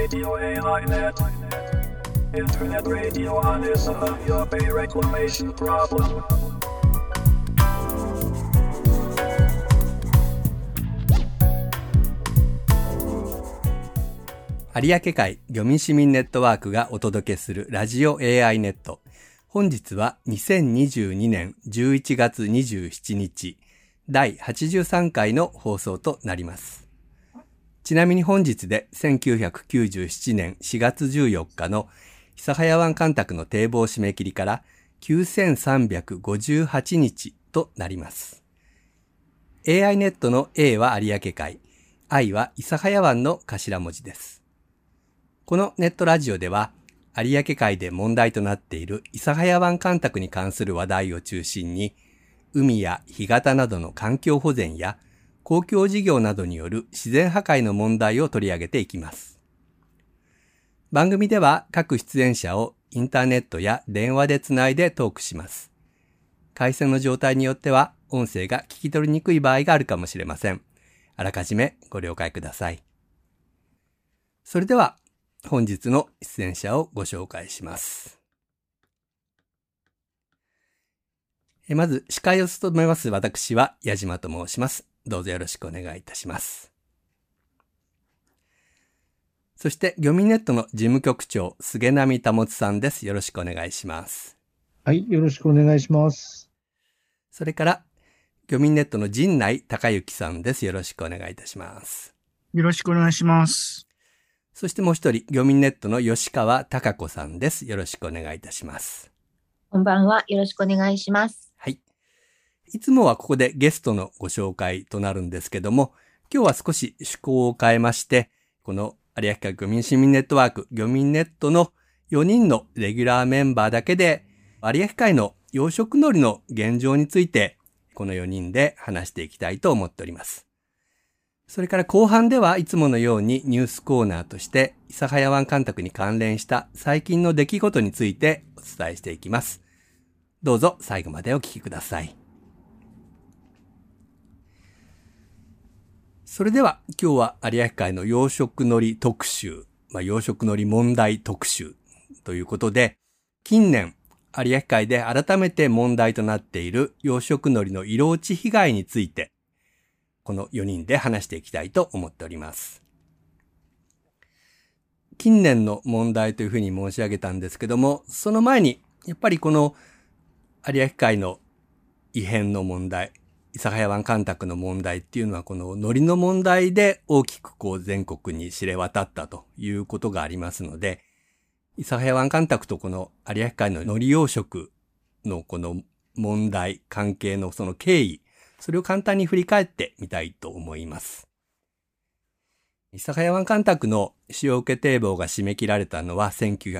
Radio AI Net. Internet radio on is your pay reclamation problem. 有明海漁民市民ネットワークがお届けするラジオ AI ネット。本日は2022年11月27日、第83回の放送となります。ちなみに本日で1997年4月14日の諫早湾干拓の堤防締め切りから9358日となります。AI ネットの A は有明海、I は諫早湾の頭文字です。このネットラジオでは、有明海で問題となっている諫早湾干拓に関する話題を中心に、海や干潟などの環境保全や公共事業などによる自然破壊の問題を取り上げていきます。番組では各出演者をインターネットや電話でつないでトークします。回線の状態によっては音声が聞き取りにくい場合があるかもしれません。あらかじめご了解ください。それでは、本日の出演者をご紹介します。まず、司会を務めます私は矢島と申します。どうぞよろしくお願いいたします。そして、漁民ネットの事務局長、菅波保さんです。よろしくお願いします。 はい、よろしくお願いします。 それから、漁民ネットの陣内孝之さんです。よろしくお願いいたします。 よろしくお願いします。 そしてもう一人、漁民ネットの吉川貴子さんです。よろしくお願いいたします。 こんばんは。よろしくお願いします。 はい。いつもはここでゲストのご紹介となるんですけども、今日は少し趣向を変えまして、この有明海漁民市民ネットワーク、漁民ネットの4人のレギュラーメンバーだけで、有明海の養殖海苔の現状について、この4人で話していきたいと思っております。それから後半ではいつものようにニュースコーナーとして諫早湾干拓に関連した最近の出来事についてお伝えしていきます。どうぞ最後までお聞きください。それでは今日は有明海の養殖海苔特集、養殖海苔問題特集ということで、近年有明海で改めて問題となっている養殖海苔の色落ち被害について、この4人で話していきたいと思っております。近年の問題というふうに申し上げたんですけども、その前にやっぱりこの有明海の異変の問題、諫早湾干拓の問題っていうのはこの海苔の問題で大きく全国に知れ渡ったということがありますので、諫早湾干拓とこの有明海の海苔養殖のこの問題、関係のその経緯、それを簡単に振り返ってみたいと思います。諫早湾干拓の潮受堤防が締め切られたのは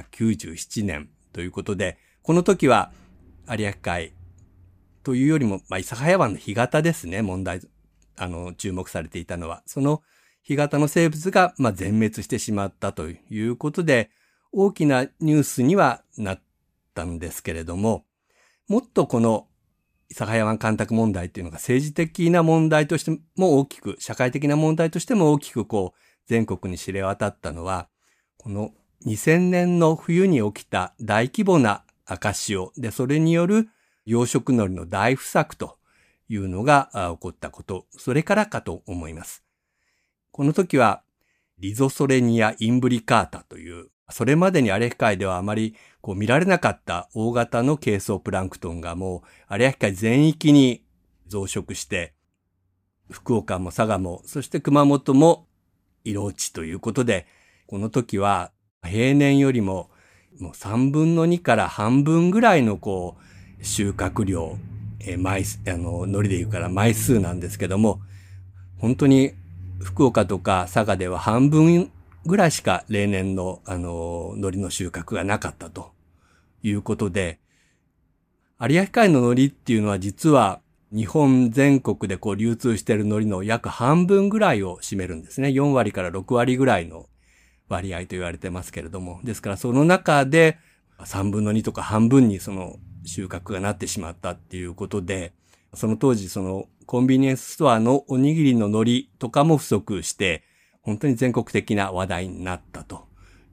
1997年ということで、この時は有明海というよりも、諫早湾の干潟ですね、注目されていたのは。その干潟の生物が全滅してしまったということで、大きなニュースにはなったんですけれども、もっとこの諫早湾干拓問題というのが政治的な問題としても大きく、社会的な問題としても大きく全国に知れ渡ったのは、この2000年の冬に起きた大規模な赤潮で、それによる養殖海苔の大不作というのが起こったこと、それからかと思います。この時はリゾソレニア・インブリカータという、それまでに有明海ではあまり見られなかった大型のケイソウプランクトンがもう有明海全域に増殖して、福岡も佐賀も、そして熊本も色落ちということで、この時は平年よりももう3分の2から半分ぐらいの収穫量、海苔で言うから枚数なんですけども、本当に福岡とか佐賀では半分ぐらいしか例年の海苔の収穫がなかったということで、有明海の海苔っていうのは実は日本全国で流通している海苔の約半分ぐらいを占めるんですね。4割から6割ぐらいの割合と言われてますけれども、ですからその中で3分の2とか半分にその収穫がなってしまったっていうことで、その当時コンビニエンスストアのおにぎりの海苔とかも不足して、本当に全国的な話題になったと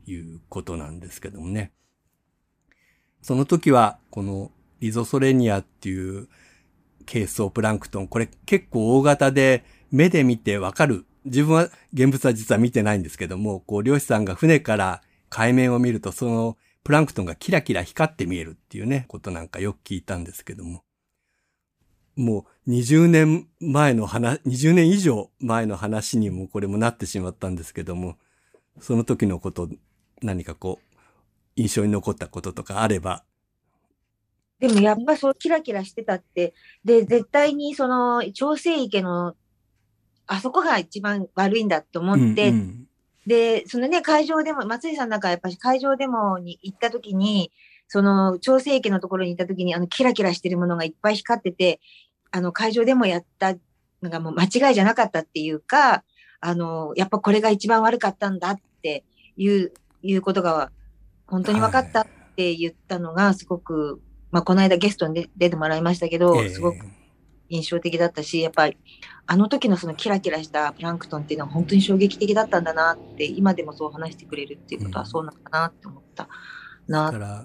いうことなんですけどもね。その時は、このリゾソレニアっていうケイソウプランクトン、これ結構大型で目で見てわかる。自分は現物は実は見てないんですけども、こう漁師さんが船から海面を見るとそのプランクトンがキラキラ光って見えるっていうね、ことなんかよく聞いたんですけども。もう20年以上前の話にもこれもなってしまったんですけども、その時のこと、何かこう、印象に残ったこととかあれば。 でもやっぱそうキラキラしてたって、で、絶対にその、長生池の、あそこが一番悪いんだと思って、で、そのね、会場でも、松井さんなんかやっぱり会場デモに行った時に、その、長生池のところに行った時に、キラキラしてるものがいっぱい光ってて、会場でもやったのがもう間違いじゃなかったっていうか、やっぱこれが一番悪かったんだっていうことが、本当に分かったって言ったのが、すごく、この間ゲストに出てもらいましたけど、すごく印象的だったし、やっぱり、あの時のそのキラキラしたプランクトンっていうのは本当に衝撃的だったんだなって、今でもそう話してくれるっていうことはそうなのかなって思ったな。 だから、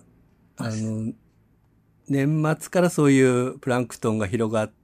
年末からそういうプランクトンが広がって、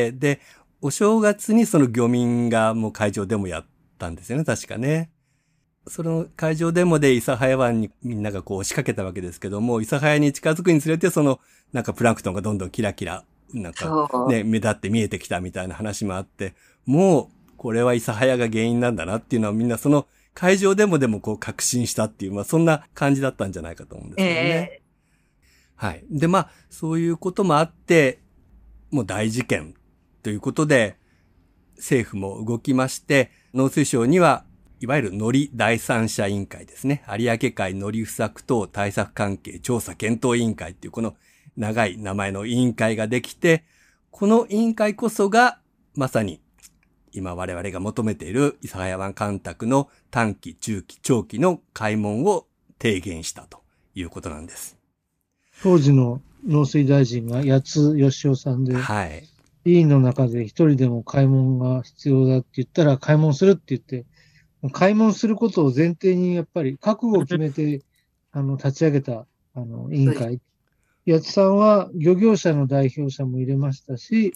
で、お正月にその漁民がもう会場デモやったんですよね、確かね。その会場デモで諫早湾にみんながこう仕掛けたわけですけども、諫早に近づくにつれてそのなんかプランクトンがどんどんキラキラ、なんかね、目立って見えてきたみたいな話もあって、もうこれは諫早が原因なんだなっていうのはみんなその会場デモでもこう確信したっていう、そんな感じだったんじゃないかと思うんですよね。はい。で、そういうこともあって、もう大事件ということで、政府も動きまして、農水省には、いわゆる海苔第三者委員会ですね。有明海海苔不作等対策関係調査検討委員会っていうこの長い名前の委員会ができて、この委員会こそが、まさに今我々が求めている諫早湾干拓の短期、中期、長期の開門を提言したということなんです。 当時の農水大臣が八津義夫さんで、はい、委員の中で一人でも開門が必要だって言ったら開門するって言って、開門することを前提にやっぱり覚悟を決めて立ち上げた委員会。八津さんは漁業者の代表者も入れましたし、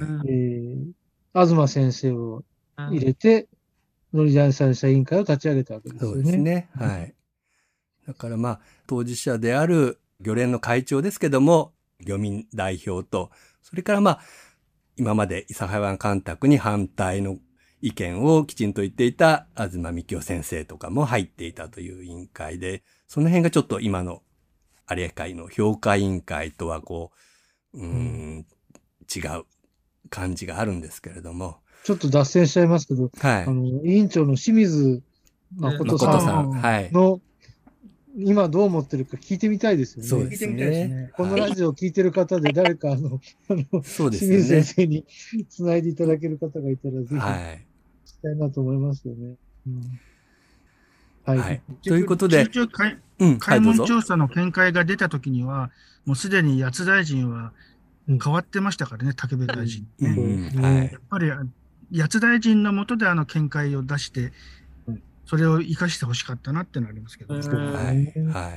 東先生を入れて、農林第三者委員会を立ち上げたわけですよね。 そうですね。はい。だから当事者である漁連の会長ですけども、漁民代表と、それから今まで諫早湾干拓に反対の意見をきちんと言っていた東幹夫先生とかも入っていたという委員会で、その辺がちょっと今の有明海の評価委員会とは違う感じがあるんですけれども。 ちょっと脱線しちゃいますけど、はい、委員長の清水誠さんの、今どう思ってるか聞いてみたいですよね。 そうですね。 このラジオを聞いてる方で誰かそうですね、 清水先生につないでいただける方がいたらぜひ、したいなと思いますよね。 はい。ということで、 開門調査の見解が出たときには、もうすでに八津大臣は変わってましたからね、武部大臣。やっぱり八津大臣の下で見解を出して、それを生かしてほしかったなってのありますけど。 はい。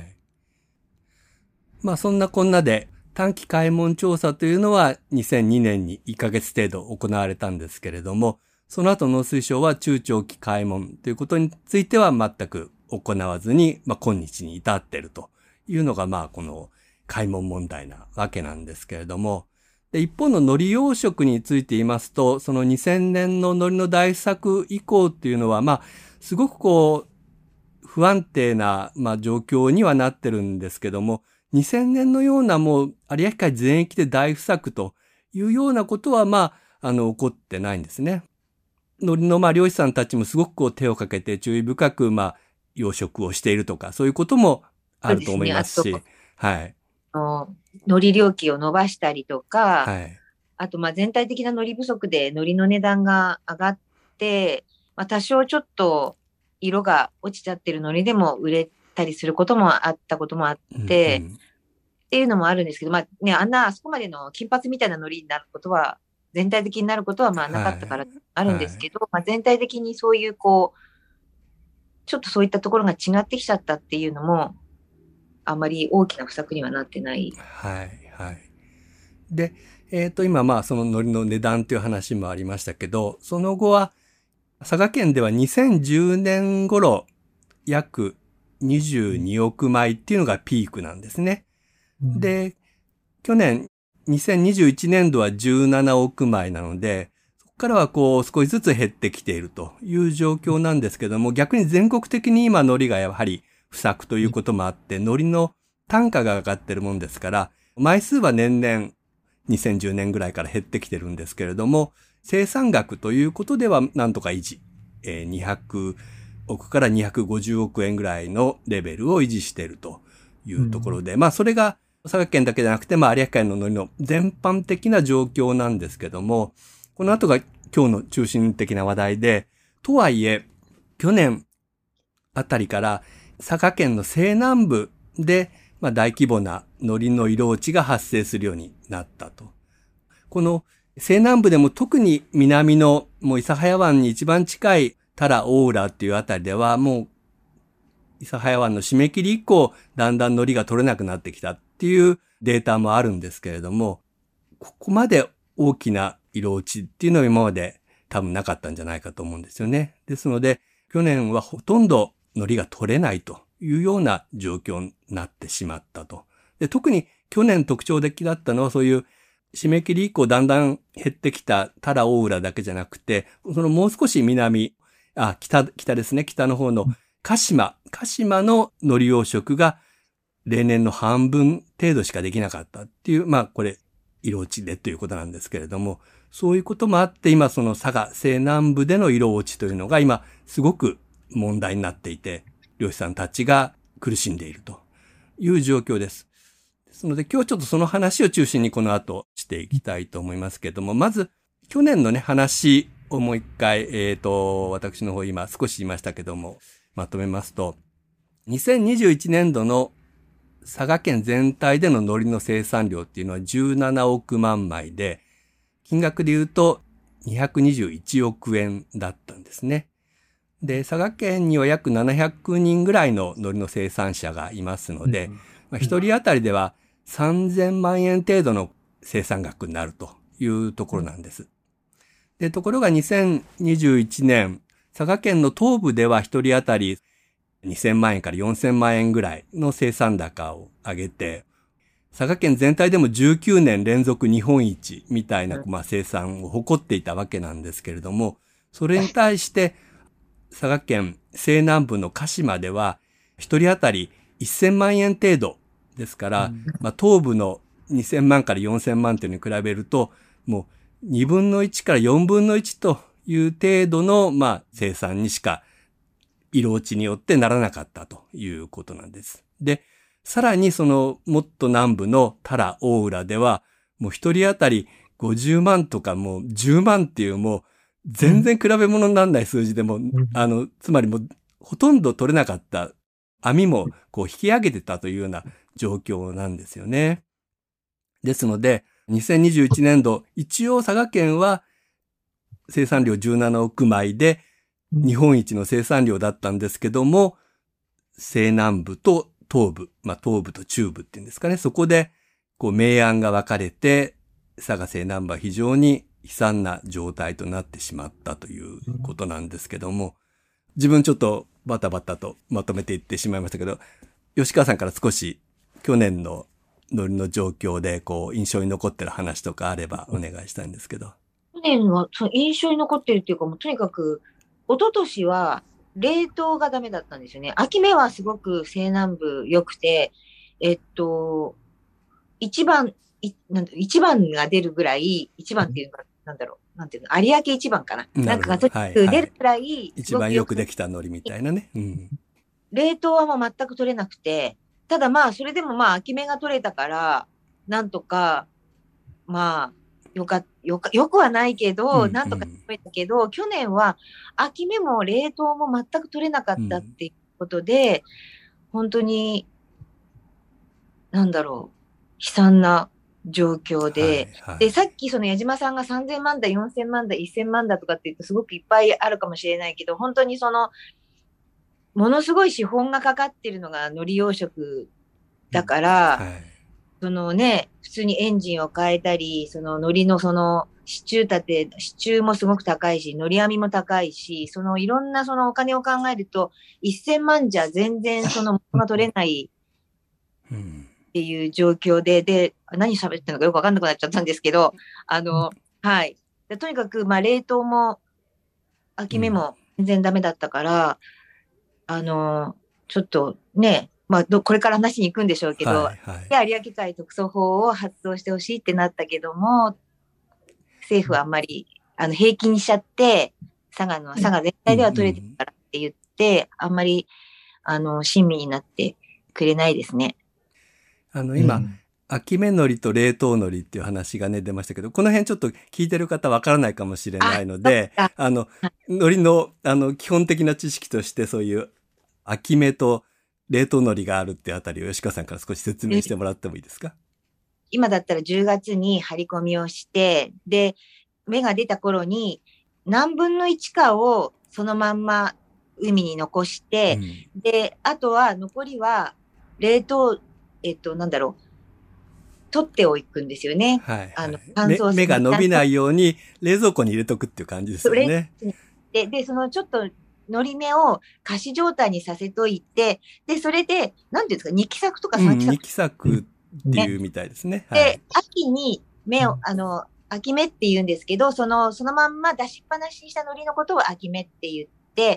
そんなこんなで短期開門調査というのは2002年に1ヶ月程度行われたんですけれども、その後農水省は中長期開門ということについては全く行わずに、今日に至っているというのがこの開門問題なわけなんですけれども、で一方の海苔養殖について言いますと、その2000年の海苔の大作以降っていうのはすごく不安定な、状況にはなってるんですけども、2000年のようなもう有明海全域で大不作というようなことは起こってないんですね。海苔の漁師さんたちもすごく手をかけて注意深く養殖をしているとか、そういうこともあると思いますし、はい。 海苔漁期を伸ばしたりとか、あと全体的な海苔不足で海苔の値段が上がって、多少ちょっと色が落ちちゃってる海苔でも売れたりすることもあったこともあって、っていうのもあるんですけど、あそこまでの金髪みたいな海苔になることは、全体的になることはなかったからあるんですけど、全体的にそういうちょっとそういったところが違ってきちゃったっていうのも、あまり大きな不作にはなってない。 はい、はい。で、今その海苔の値段という話もありましたけど、その後は、佐賀県では2010年頃、約22億枚っていうのがピークなんですね。で、去年、2021年度は17億枚なので、そこからは少しずつ減ってきているという状況なんですけども、逆に全国的に今海苔がやはり不作ということもあって、海苔の単価が上がっているもんですから、枚数は年々2010年ぐらいから減ってきてるんですけれども、生産額ということではなんとか維持。200億から250億円ぐらいのレベルを維持しているというところで、それが佐賀県だけじゃなくて、有明海の海苔の全般的な状況なんですけども、この後が今日の中心的な話題で、とはいえ、去年あたりから佐賀県の西南部で、大規模な海苔の色落ちが発生するようになったと。この西南部でも特に南のもう諫早湾に一番近い多良大浦っていうあたりではもう諫早湾の締め切り以降だんだん海苔が取れなくなってきたっていうデータもあるんですけれども、ここまで大きな色落ちっていうのは今まで多分なかったんじゃないかと思うんですよね。ですので去年はほとんど海苔が取れないというような状況になってしまったと。で、特に去年特徴的だったのはそういう締め切り以降だんだん減ってきた多良大浦だけじゃなくて、そのもう少し南、北ですね、北の方の鹿島の海苔養殖が例年の半分程度しかできなかったっていう、これ、色落ちでということなんですけれども、そういうこともあって、今その佐賀西南部での色落ちというのが今すごく問題になっていて、漁師さんたちが苦しんでいるという状況です。ですので今日ちょっとその話を中心にこの後していきたいと思いますけれども、まず去年のね話をもう一回、私の方今少し言いましたけども、まとめますと、2021年度の佐賀県全体での海苔の生産量っていうのは17億万枚で、金額で言うと221億円だったんですね。で、佐賀県には約700人ぐらいの海苔の生産者がいますので、一人当たりでは3000万円程度の生産額になるというところなんです。で、ところが2021年、佐賀県の東部では一人当たり2000万円から4000万円ぐらいの生産高を上げて、佐賀県全体でも19年連続日本一みたいな、生産を誇っていたわけなんですけれども、それに対して佐賀県西南部の鹿島では一人当たり1000万円程度ですから、東部の2000万から4000万というのに比べると、もう2分の1から4分の1という程度の、生産にしか色落ちによってならなかったということなんです。で、さらにそのもっと南部の多良大浦では、もう一人当たり50万とかもう10万っていうもう全然比べ物にならない数字でも、つまりもうほとんど取れなかった網も引き上げてたというような状況なんですよね。ですので、2021年度、一応佐賀県は生産量17億枚で日本一の生産量だったんですけども、西南部と東部、東部と中部っていうんですかね、そこで明暗が分かれて、佐賀西南部は非常に悲惨な状態となってしまったということなんですけども、自分ちょっとバタバタとまとめていってしまいましたけど、吉川さんから少し去年の海苔の状況で印象に残ってる話とかあればお願いしたいんですけど。 去年はその印象に残ってるっていうか、もうとにかく一昨年は冷凍がダメだったんですよね。秋目はすごく西南部良くて、一番が出るぐらい、一番っていうのは有明一番かな。なんかがとにかく出るぐらい、 一番よくできた海苔みたいなね。 冷凍はもう全く取れなくて、ただそれでも秋目が取れたから、なんとか、よくはないけど、なんとか取れたけど、去年は秋目も冷凍も全く取れなかったっていうことで、本当に、悲惨な状況で、で、さっきその矢島さんが3000万だ、4000万だ、1000万だとかって言うとすごくいっぱいあるかもしれないけど、本当にその、 ものすごい資本がかかってるのが海苔養殖だから、そのね、普通にエンジンを変えたり、その海苔のその支柱もすごく高いし、海苔編みも高いし、そのいろんなそのお金を考えると、1000万じゃ全然その元が取れないっていう状況で、何喋ってるのかよくわかんなくなっちゃったんですけど、はい。とにかく、冷凍も、秋芽も全然ダメだったから、ちょっとね、これから話に行くんでしょうけど、有明海特措法を発動してほしいってなったけども、政府はあんまり、平均にしちゃって、佐賀全体では取れてるからって言って、あんまり、親身になってくれないですね。 今、秋芽海苔と冷凍海苔っていう話がね、出ましたけど、この辺ちょっと聞いてる方わからないかもしれないので、海苔の、基本的な知識として、そういう秋芽と冷凍海苔があるってあたりを吉川さんから少し説明してもらってもいいですか？ 今だったら10月に張り込みをして、で、芽が出た頃に何分の1かをそのまんま海に残して、で、あとは残りは冷凍、取っておくんですよね。 乾燥芽が伸びないように冷蔵庫に入れとくっていう感じですよね。 で、そのちょっと海苔芽を仮死状態にさせといて、で、それで、なんていうんですか、2期作とか3期作。 2期作っていうみたいですね。 で、秋に芽を、秋芽って言うんですけど、そのまんま出しっぱなしにした海苔のことを秋芽って言って、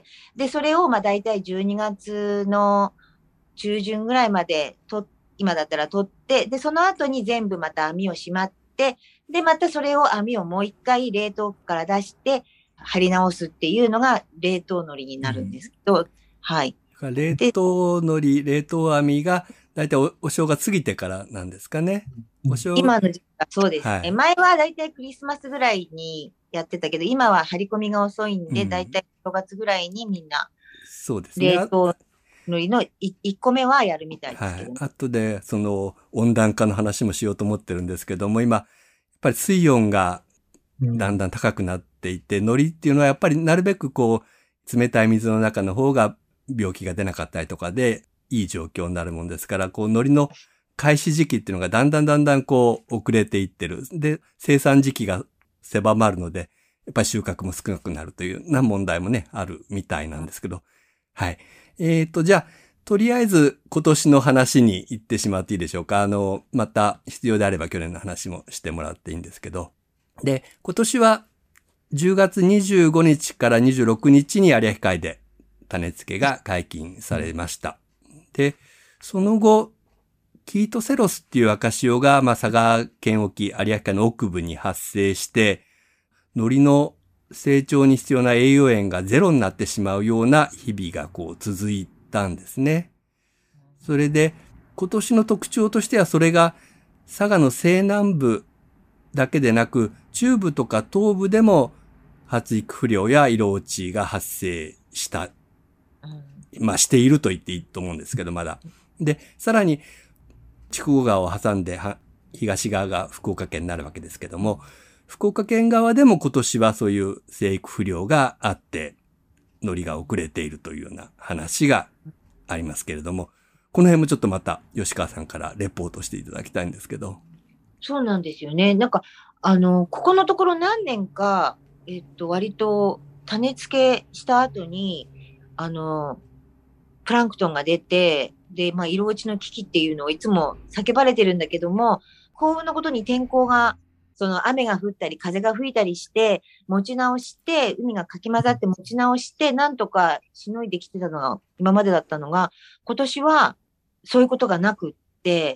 で、それをだいたい12月の中旬ぐらいまで今だったら取って、で、その後に全部また網をしまって、で、またそれを網をもう一回冷凍庫から出して、貼り直すっていうのが冷凍海苔になるんですけど、はい。 冷凍海苔、冷凍網が、だいたいお正月過ぎてからなんですかね。 今の時期はそうですね。前はだいたいクリスマスぐらいにやってたけど、今は張り込みが遅いんで、だいたい正月ぐらいにみんな、 そうですね。 冷凍海苔の1個目はやるみたいですけど、ね。 後で、その温暖化の話もしようと思ってるんですけども、今、やっぱり水温がだんだん高くなっていて、海苔っていうのはやっぱりなるべく冷たい水の中の方が病気が出なかったりとかで、いい状況になるもんですから、海苔の開始時期っていうのがだんだん遅れていってる。で、生産時期が狭まるので、やっぱり収穫も少なくなるというような問題もね、あるみたいなんですけど。はい。じゃあ、とりあえず今年の話に行ってしまっていいでしょうか。また必要であれば去年の話もしてもらっていいんですけど。で、今年は10月25日から26日に有明海で種付けが解禁されました。で、その後、キートセロスっていう赤潮が、佐賀県沖、有明海の奥部に発生して、海苔の成長に必要な栄養塩がゼロになってしまうような日々が続いたんですね。それで、今年の特徴としてはそれが佐賀の西南部だけでなく、中部とか東部でも発育不良や色落ちが発生した。していると言っていいと思うんですけど、まだ。で、さらに、筑後川を挟んで東側が福岡県になるわけですけども、福岡県側でも今年はそういう生育不良があって、海苔が遅れているというような話がありますけれども、この辺もちょっとまた吉川さんからレポートしていただきたいんですけど。 そうなんですよね。なんか、ここのところ何年か、割と種付けした後に、プランクトンが出て、で、色落ちの危機っていうのをいつも叫ばれてるんだけども、幸運のことに天候が、雨が降ったり風が吹いたりして、持ち直して、海がかき混ざって持ち直して、なんとかしのいできてたのが今までだったのが、今年はそういうことがなくって、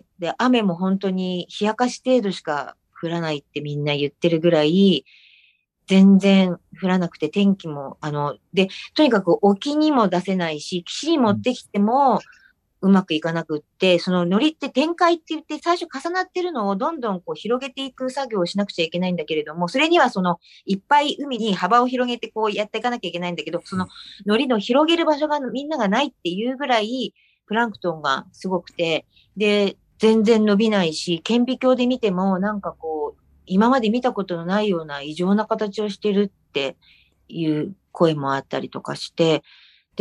で、雨も本当に冷やかし程度しか降らないってみんな言ってるぐらい、全然降らなくて天気も、で、とにかく沖にも出せないし、岸に持ってきてもうまくいかなくって、その海苔って展開って言って最初重なってるのをどんどん広げていく作業をしなくちゃいけないんだけれども、それにはいっぱい海に幅を広げてやっていかなきゃいけないんだけど、その海苔の広げる場所がみんながないっていうぐらいプランクトンがすごくて、で、全然伸びないし、顕微鏡で見ても今まで見たことのないような異常な形をしてるっていう声もあったりとかして、で、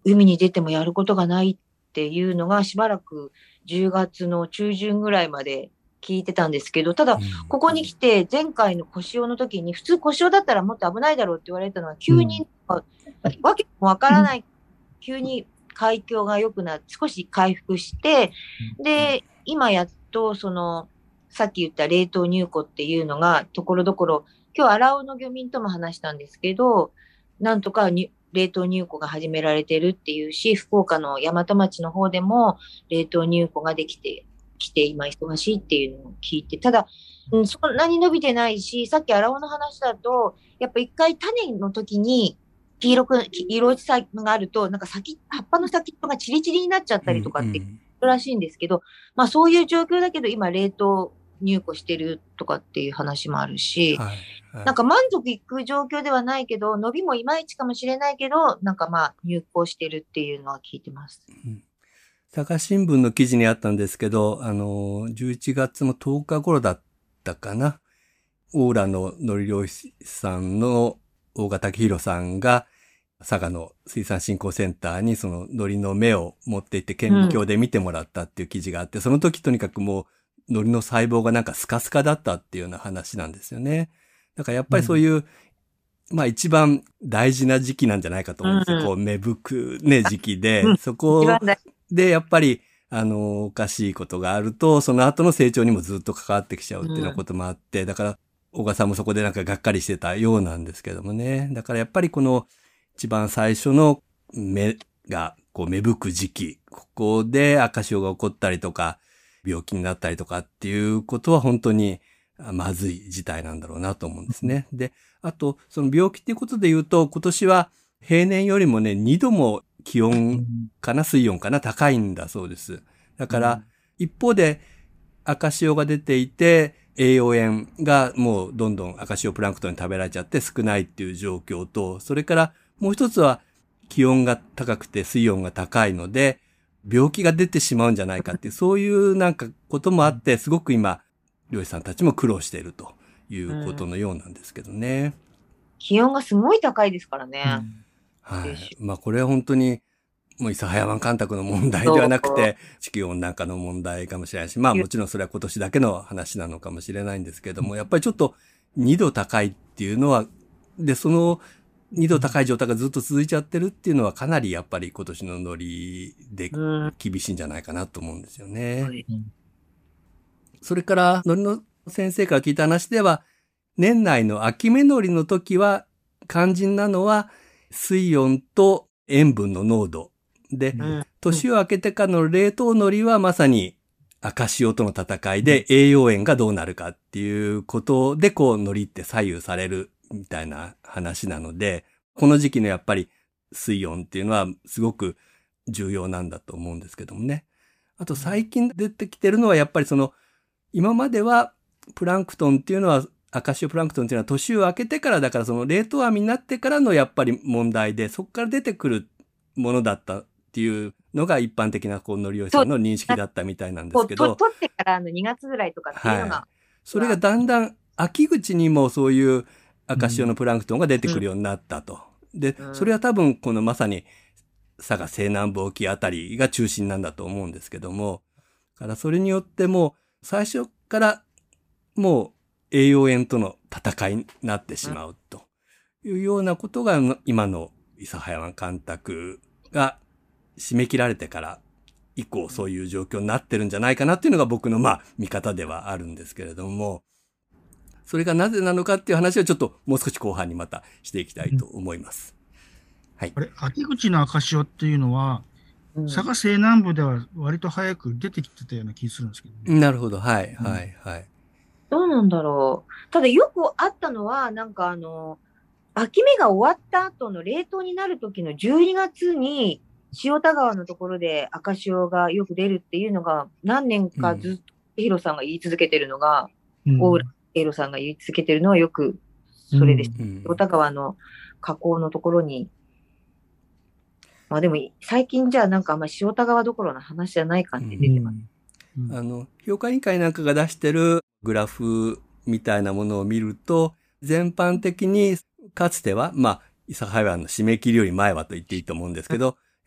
海に出てもやることがないっていうのがしばらく10月の中旬ぐらいまで聞いてたんですけど、ただ、ここに来て前回の小潮の時に、普通小潮だったらもっと危ないだろうって言われたのは、急に、わけもわからない、急に海況が良くなって、少し回復して、で、今やっと、さっき言った冷凍入庫っていうのが、ところどころ、今日、荒尾の漁民とも話したんですけど、なんとか冷凍入庫が始められてるっていうし、福岡の大和町の方でも冷凍入庫ができてきて、今忙しいっていうのを聞いて、ただ、そんなに伸びてないし、さっき荒尾の話だと、やっぱ一回種の時に色落ちさがあると、なんか葉っぱの先っぽがチリチリになっちゃったりとかってらしいんですけど、まあそういう状況だけど、今冷凍入庫してるとかっていう話もあるし、なんか満足いく状況ではないけど、伸びもいまいちかもしれないけど、なんかまあ入庫してるっていうのは聞いてます。 佐賀新聞の記事にあったんですけど、11月の10日頃だったかな。大浦の海苔漁師さんの大賀武弘さんが、佐賀の水産振興センターにその海苔の芽を持って行って顕微鏡で見てもらったっていう記事があって、その時とにかくもう海苔の細胞がなんかスカスカだったっていうような話なんですよね。だからやっぱりそういう、まあ一番大事な時期なんじゃないかと思うんですよ。こう芽吹くね時期で、そこでやっぱりおかしいことがあると、その後の成長にもずっと関わってきちゃうっていうようなこともあって、だから小川さんもそこでなんかがっかりしてたようなんですけどもね。だからやっぱりこの一番最初の芽がこう芽吹く時期、ここで赤潮が起こったりとか、病気になったりとかっていうことは本当にまずい事態なんだろうなと思うんですね。で、あとその病気っていうことで言うと、今年は平年よりもね、2度も気温かな、水温かな、高いんだそうです。だから、一方で赤潮が出ていて、栄養塩がもうどんどん赤潮プランクトンに食べられちゃって少ないっていう状況と、それからもう一つは気温が高くて水温が高いので、病気が出てしまうんじゃないかっていう、そういうなんかこともあって、すごく今、漁師さんたちも苦労しているということのようなんですけどね。 気温がすごい高いですからね。 はい。まあこれは本当に、もう諫早湾干拓の問題ではなくて、地球温暖化の問題かもしれないし、まあもちろんそれは今年だけの話なのかもしれないんですけども、やっぱりちょっと2度高いっていうのは、で、その2度高い状態がずっと続いちゃってるっていうのはかなりやっぱり今年の海苔で厳しいんじゃないかなと思うんですよね。それから海苔の先生から聞いた話では、年内の秋芽海苔の時は肝心なのは水温と塩分の濃度で、年を明けてからの冷凍海苔はまさに赤潮との戦いで栄養塩がどうなるかっていうことでこう海苔って左右されるみたいな話なので、この時期のやっぱり水温っていうのはすごく重要なんだと思うんですけどもね。あと最近出てきてるのはやっぱり今まではプランクトンっていうのは赤潮プランクトンっていうのは年を明けてからだから冷凍網になってからのやっぱり問題で、そこから出てくるものだったっていうのが一般的な海苔漁師さんの認識だったみたいなんですけど。 取ってから2月ぐらいとかっていうのが。 それがだんだん秋口にもそういう赤潮のプランクトンが出てくるようになったと。で、それは多分このまさに佐賀西南部沖あたりが中心なんだと思うんですけども。だからそれによっても最初からもう栄養塩との戦いになってしまうというようなことが今の諫早湾干拓が締め切られてから以降そういう状況になってるんじゃないかなっていうのが僕の見方ではあるんですけれども、それがなぜなのかっていう話をちょっともう少し後半にまたしていきたいと思います。はい。 秋口の赤潮っていうのは、佐賀西南部では割と早く出てきてたような気がするんですけど、 ね。なるほど。はい、はい、はい。 どうなんだろう。ただよくあったのは、なんか秋芽が終わった後の冷凍になる時の12月に塩田川のところで赤潮がよく出るっていうのが何年かずっとヒロさんが言い続けてるのが、大浦ヒロさんが言い続けてるのはよくそれです。塩田川の河口のところに。まあでも最近じゃあなんかあんま塩田川どころの話じゃない感じで出てます。 評価委員会なんかが出してるグラフみたいなものを見ると、全般的にかつては、諫早湾の締め切りより前はと言っていいと思うんですけど、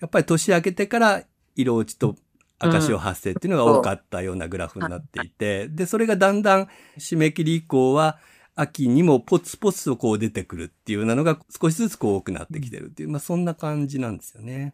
やっぱり年明けてから色落ちと赤潮発生っていうのが多かったようなグラフになっていて、で、それがだんだん締め切り以降は、秋にもポツポツとこう出てくるっていうようなのが少しずつこう多くなってきてるっていう、そんな感じなんですよね。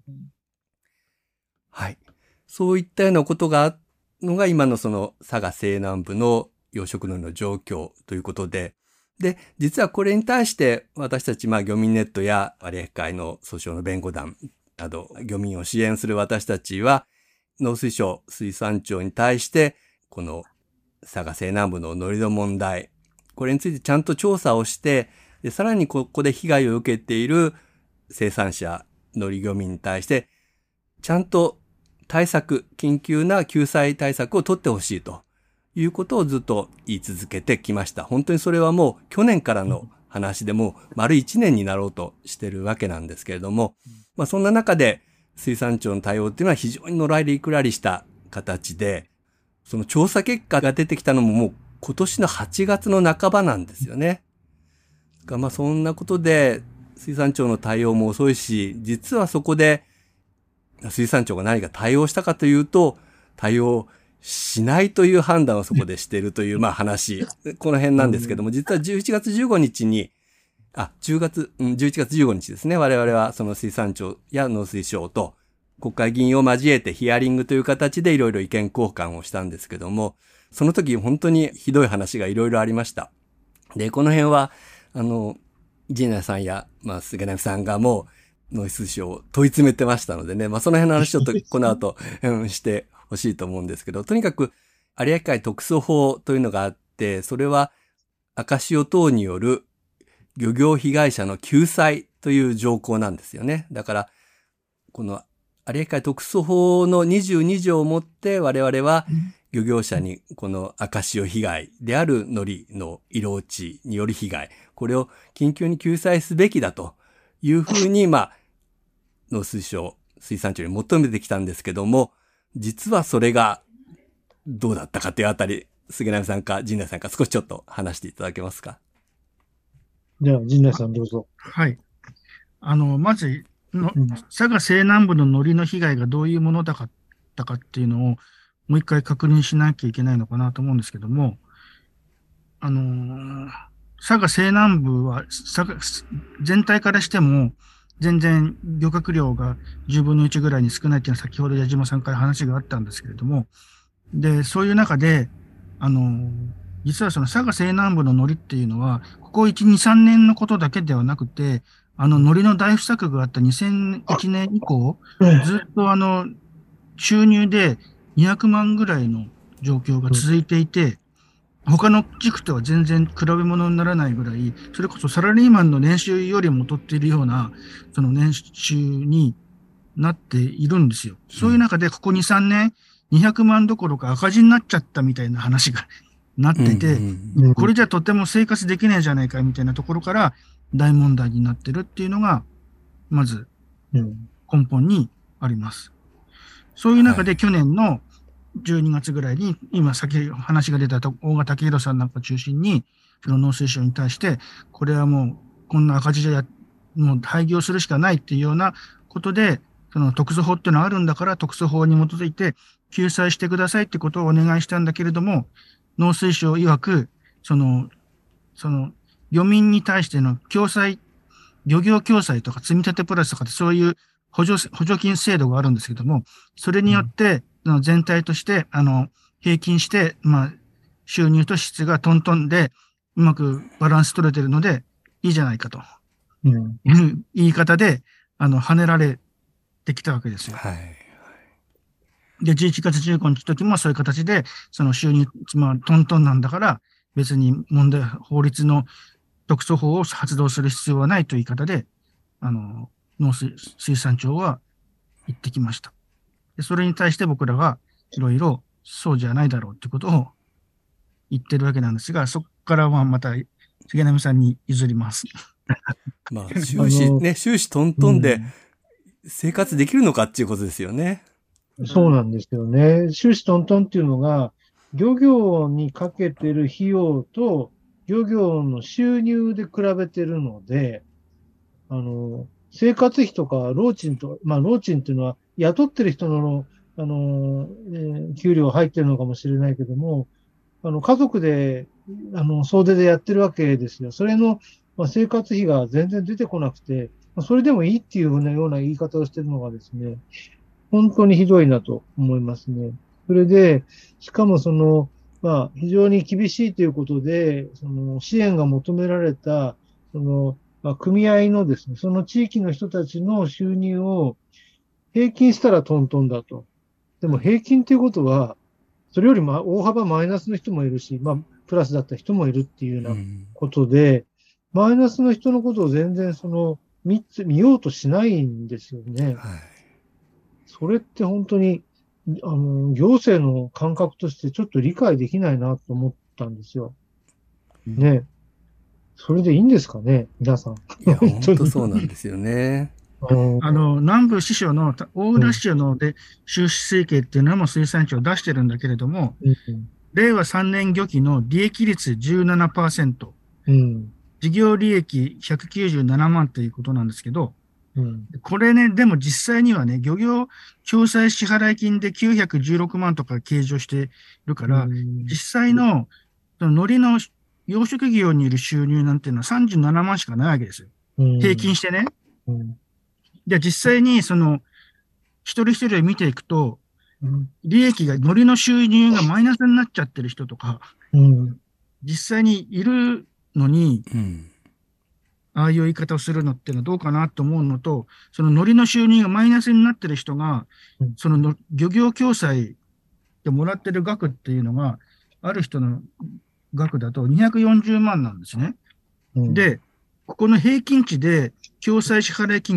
はい。そういったようなことがあるのが今のその佐賀西南部の養殖海苔の状況ということで、で、実はこれに対して私たち漁民ネットや有明海の訴訟の弁護団など漁民を支援する私たちは農水省水産庁に対してこの佐賀西南部の海苔の問題、これについてちゃんと調査をして、でさらにここで被害を受けている生産者、海苔漁民に対して、ちゃんと対策、緊急な救済対策を取ってほしいということをずっと言い続けてきました。本当にそれはもう去年からの話でも丸1年になろうとしてるわけなんですけれども、そんな中で水産庁の対応っていうのは非常にのらりくらりした形で、その調査結果が出てきたのももう今年の8月の半ばなんですよね。そんなことで水産庁の対応も遅いし、実はそこで水産庁が何か対応したかというと、対応しないという判断をそこでしているという話、この辺なんですけども、実は11月15日に、11月15日ですね。我々はその水産庁や農水省と国会議員を交えてヒアリングという形でいろいろ意見交換をしたんですけども、その時本当にひどい話がいろいろありました。で、この辺は、陣内さんや、菅波さんがもう農水省を問い詰めてましたのでね、その辺の話ちょっとこの後、してほしいと思うんですけど、とにかく有明海特措法というのがあって、それは赤潮等による漁業被害者の救済という条項なんですよね。だから、この有明海特措法の22条をもって我々は漁業者にこの赤潮被害である海苔の色落ちによる被害、これを緊急に救済すべきだというふうに、農水省、水産庁に求めてきたんですけども、実はそれがどうだったかというあたり、菅波さんか陣内さんか少しちょっと話していただけますか。 じゃあ、陣内さんどうぞ。 はい。まず佐賀西南部の海苔の被害がどういうものだったかっていうのをもう一回確認しなきゃいけないのかなと思うんですけども、佐賀西南部は全体からしても全然漁獲量が10分の1ぐらいに少ないっていうのは先ほど矢島さんから話があったんですけれども、で、そういう中で、実はその佐賀西南部の海苔っていうのは、ここ1、2、3年のことだけではなくて、海苔の大不作があった2001年以降、ずっと収入で200万ぐらいの状況が続いていて、他の地区とは全然比べ物にならないぐらい、それこそサラリーマンの年収よりも劣っているような、その年収になっているんですよ。そういう中で、ここ2、3年、200万どころか赤字になっちゃったみたいな話がなってて、これじゃとても生活できないじゃないかみたいなところから大問題になってるっていうのが、まず根本にあります。そういう中で去年の12月ぐらいに、今先話が出た大賀武弘さんなんか中心に、その農水省に対して、これはもうこんな赤字じゃもう廃業するしかないっていうようなことで、その特措法っていうのはあるんだから、特措法に基づいて救済してくださいってことをお願いしたんだけれども、農水省曰く、その漁民に対しての共済、漁業共済とか積立プラスとかってそういう補助金制度があるんですけども、それによって、全体として、平均して、収入と支出がトントンで、うまくバランス取れてるので、いいじゃないかと。いう言い方で、跳ねられてきたわけですよ。はい。で、11月15日の時もそういう形で、その収入、トントンなんだから、別に法律の特措法を発動する必要はないという言い方で、水産庁は言ってきました。でそれに対して僕らがいろいろそうじゃないだろうということを言ってるわけなんですが、そこからはまた杉並さんに譲ります。 終始トントンで生活できるのかっていうことですよね。 そうなんですよね。終始トントンっていうのが、漁業にかけてる費用と漁業の収入で比べてるので、 生活費とか、労賃と、労賃っていうのは、雇ってる人の、給料入ってるのかもしれないけども、家族で、総出でやってるわけですよ。それの、生活費が全然出てこなくて、それでもいいっていうような言い方をしてるのがですね、本当にひどいなと思いますね。それで、しかも非常に厳しいということで、支援が求められた、組合のですね、その地域の人たちの収入を平均したらトントンだと。でも平均ということは、それより大幅マイナスの人もいるし、プラスだった人もいるっていうようなことで、マイナスの人のことを全然見ようとしないんですよね。 はい、 それって本当に、行政の感覚としてちょっと理解できないなと思ったんですよ。ね。それでいいんですかね、皆さん。 いや、本当そうなんですよね。 南部支所の大浦支所の収支推計っていうのも水産庁出してるんだけれども、令和3年漁期の利益率 17%、事業利益197万ということなんですけど、これね、でも実際にはね、漁業共済支払金で916万とか計上しているから、実際の海苔の養殖業にいる収入なんていうのは37万しかないわけですよ。平均してね。じゃあ実際に一人一人見ていくと、利益が、海苔の収入がマイナスになっちゃってる人とか、実際にいるのに、ああいう言い方をするのっていうのはどうかなと思うのと、その海苔の収入がマイナスになってる人が、漁業共済でもらってる額っていうのが、ある人の額だと240万なんですね。で、ここの平均値で共済支払金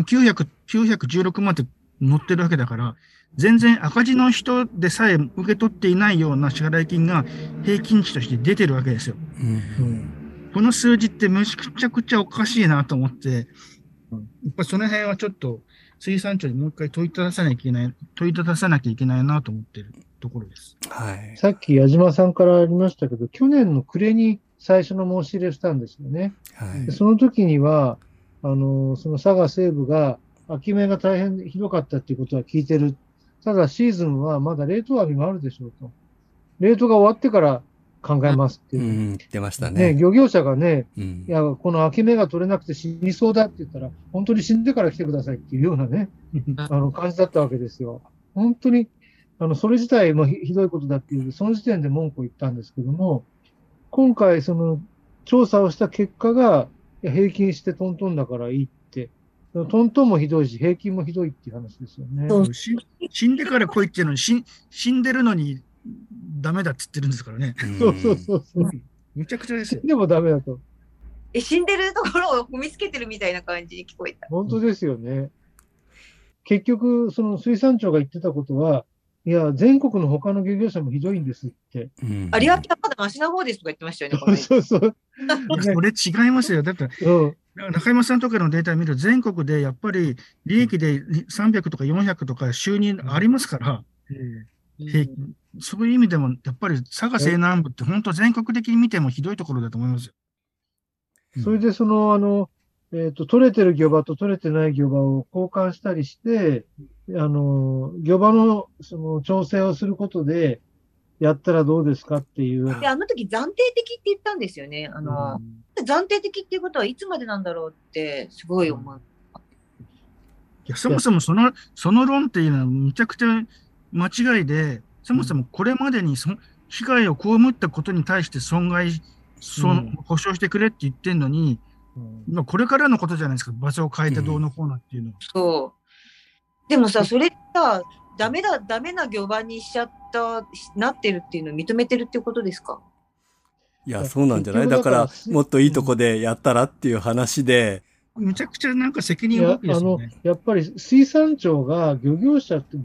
916万って載ってるわけだから、全然赤字の人でさえ受け取っていないような支払金が平均値として出てるわけですよ。この数字ってめちゃくちゃおかしいなと思って、やっぱその辺はちょっと水産庁にもう一回問いたださなきゃいけないなと思っているところです。 はい。 さっき矢島さんからありましたけど、去年の暮れに最初の申し入れしたんですよね。 はい、 その時には、その佐賀西部が秋芽が大変ひどかったっていうことは聞いてる。ただシーズンはまだ冷凍網もあるでしょうと。冷凍が終わってから考えますっていう。 言ってましたね。 漁業者がね、いや、この秋芽が取れなくて死にそうだって言ったら、本当に死んでから来てくださいっていうようなね、感じだったわけですよ。本当に、それ自体もひどいことだっていう、その時点で文句を言ったんですけども、今回、調査をした結果が、平均してトントンだからいいって、トントンもひどいし、平均もひどいっていう話ですよね。 死んでから来いっていうのに、死んでるのにダメだって言ってるんですからね。 そう。 むちゃくちゃですよ。 死んでもダメだと。 死んでるところを踏みつけてるみたいな感じに聞こえた。 本当ですよね。結局、水産庁が言ってたことは、いや、全国の他の漁業者もひどいんですって。 有明はまだマシな方ですとか言ってましたよね。 そう。 それ違いますよ。だって、中山さんとかのデータを見ると、全国でやっぱり利益で300とか400とか収入ありますから、そういう意味でも、やっぱり佐賀西南部って本当全国的に見てもひどいところだと思いますよ。 それで取れてる漁場と取れてない漁場を交換したりして、漁場の調整をすることで、やったらどうですかっていう。 で、あの時暫定的って言ったんですよね。暫定的っていうことはいつまでなんだろうって、すごい思う。 いや、そもそもその論っていうのはむちゃくちゃ間違いで、そもそもこれまでに被害を被ったことに対して損害、保証してくれって言ってんのに、これからのことじゃないですか、場所を変えてどうのこうのっていうのは。 そう。でもさ、それさ、ダメな漁場になってるっていうのを認めてるっていうことですか？ いや、そうなんじゃない？だから、もっといいとこでやったらっていう話で。 むちゃくちゃなんか責任動きですよね。 やっぱり水産庁が漁業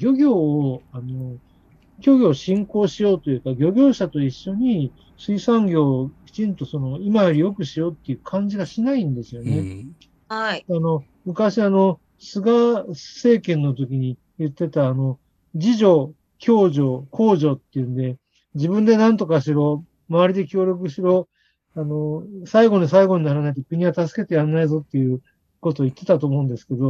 を振興しようというか、漁業者と一緒に水産業をきちんと今より良くしようっていう感じがしないんですよね。 はい。 昔菅政権の時に言ってた自助、共助、公助っていうんで、自分で何とかしろ、周りで協力しろ、最後にならないと国は助けてやらないぞっていうことを言ってたと思うんですけど、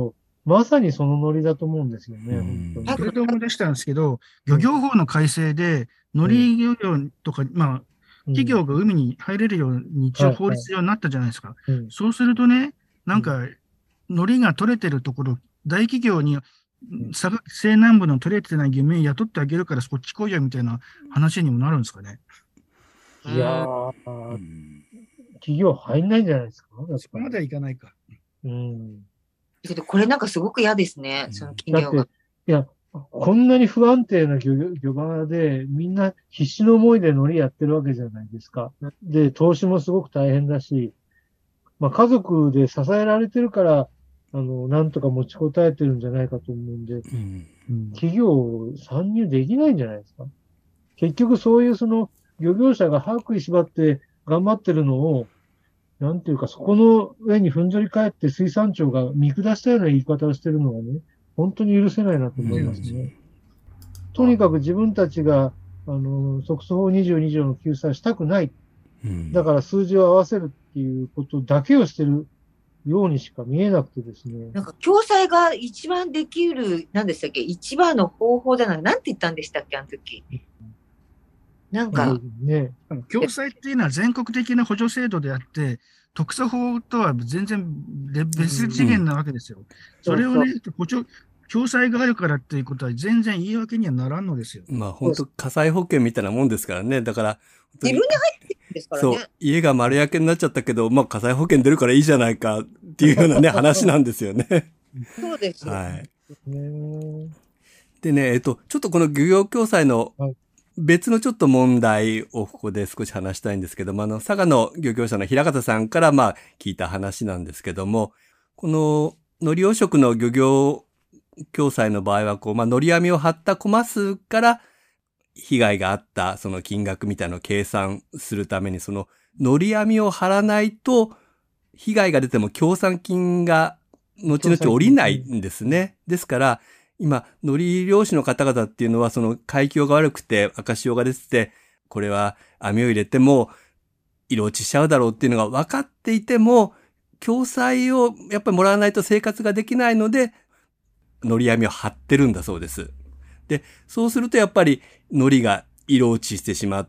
まさにそのノリだと思うんですよね、本当に。 それで思い出したんですけど、漁業法の改正で、海苔漁業とか、まあ、企業が海に入れるように一応法律上になったじゃないですか。そうするとね、なんか、海苔が取れてるところ、大企業に西南部の取れてない漁民雇ってあげるからそっち来いよみたいな話にもなるんですかね。 いやー、企業入んないんじゃないですか。 そこまではいかないか。 けど、これなんかすごく嫌ですね、その企業が。 だって、いや、こんなに不安定な漁場で、みんな必死の思いで海苔やってるわけじゃないですか。で、投資もすごく大変だし、まあ家族で支えられてるから、なんとか持ちこたえてるんじゃないかと思うんで、企業参入できないんじゃないですか。結局そういうその漁業者が歯食いしばって頑張ってるのを、なんていうか、そこの上にふんぞり返って水産庁が見下したような言い方をしてるのがね、本当に許せないなと思いますね。とにかく自分たちが、特措法22条の救済したくない。だから数字を合わせるっていうことだけをしてるようにしか見えなくてですね。 なんか、共済が一番できる、何でしたっけ、一番の方法じゃない、なんて言ったんでしたっけ、あの時。なんか。 ね。 共済っていうのは全国的な補助制度であって、特措法とは全然別次元なわけですよ。それをね、共済があるからっていうことは全然言い訳にはならんのですよ。 まあ本当火災保険みたいなもんですからね。だから、 自分で入ってるんですからね。 そう、家が丸焼けになっちゃったけど、まあ火災保険出るからいいじゃないかっていうようなね、話なんですよね。 そうです。 はい。でね、ちょっとこの漁業共済の別のちょっと問題をここで少し話したいんですけども、佐賀の漁業者の平方さんから聞いた話なんですけども、この海苔養殖の漁業共済の場合は、海苔網を張ったコマ数から被害があったその金額みたいなのを計算するために、その海苔網を張らないと被害が出ても協賛金が後々降りないんですね。ですから、今、海苔漁師の方々っていうのは、その海峡が悪くて赤潮が出てて、これは網を入れても色落ちしちゃうだろうっていうのが分かっていても、共済をやっぱりもらわないと生活ができないので、海苔網を張ってるんだそうです。で、そうするとやっぱり海苔が色落ちしてしまって、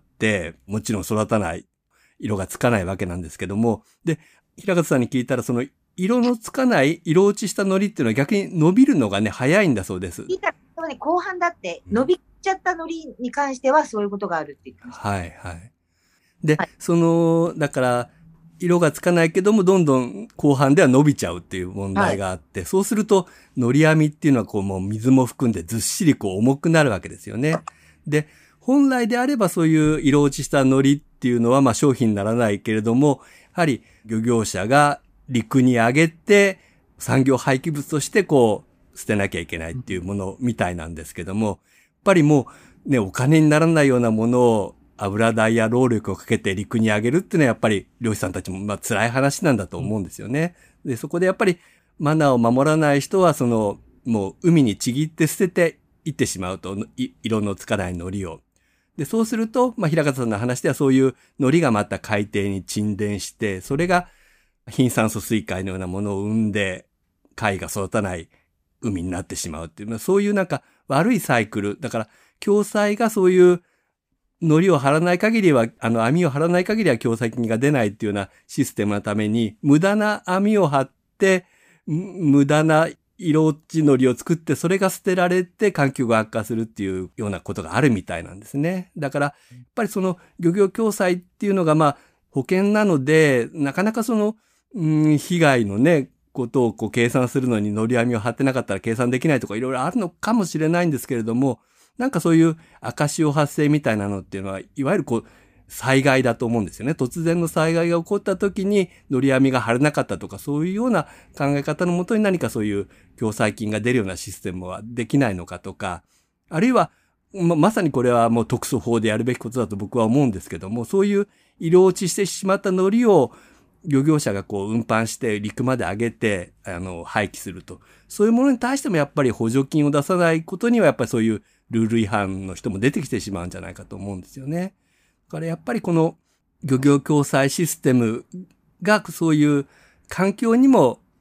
もちろん育たない、色がつかないわけなんですけども、で、平方さんに聞いたら、その色のつかない色落ちした海苔っていうのは逆に伸びるのがね、早いんだそうです。 後半だって伸びちゃった海苔に関してはそういうことがあるって言ってました。 はいはい。で、だから、色がつかないけども、どんどん後半では伸びちゃうっていう問題があって、そうすると、海苔網っていうのはもう水も含んでずっしり重くなるわけですよね。で、本来であればそういう色落ちした海苔っていうのは商品にならないけれども、やはり漁業者が陸に上げて産業廃棄物として捨てなきゃいけないっていうものみたいなんですけども、やっぱりもうね、お金にならないようなものを油代や労力をかけて陸に上げるっていうのはやっぱり漁師さんたちも辛い話なんだと思うんですよね。で、そこでやっぱりマナーを守らない人はもう海にちぎって捨てていってしまうと、色のつかない海苔を。で、そうすると、平方さんの話ではそういう海苔がまた海底に沈殿して、それが貧酸素水海のようなものを生んで、貝が育たない海になってしまうっていう、そういう悪いサイクル。だから、共済がそういう海苔を張らない限りは、網を張らない限りは共済金が出ないっていうようなシステムのために、無駄な網を張って、無駄な色落ち海苔を作って、それが捨てられて環境が悪化するっていうようなことがあるみたいなんですね。だから、やっぱりその漁業共済っていうのが保険なので、なかなか被害のね、ことを計算するのに海苔網を張ってなかったら計算できないとかいろいろあるのかもしれないんですけれども、そういう赤潮発生みたいなのっていうのは、いわゆる災害だと思うんですよね。突然の災害が起こった時に海苔網が張れなかったとか、そういうような考え方のもとに何かそういう共済金が出るようなシステムはできないのかとか、あるいは、まさにこれはもう特措法でやるべきことだと僕は思うんですけども、そういう色落ちしてしまった海苔を漁業者が運搬して陸まで上げて、廃棄すると。そういうものに対してもやっぱり補助金を出さないことにはやっぱりそういうルール違反の人も出てきてしまうんじゃないかと思うんですよね。だからやっぱりこの漁業共済システムがそういう環境にも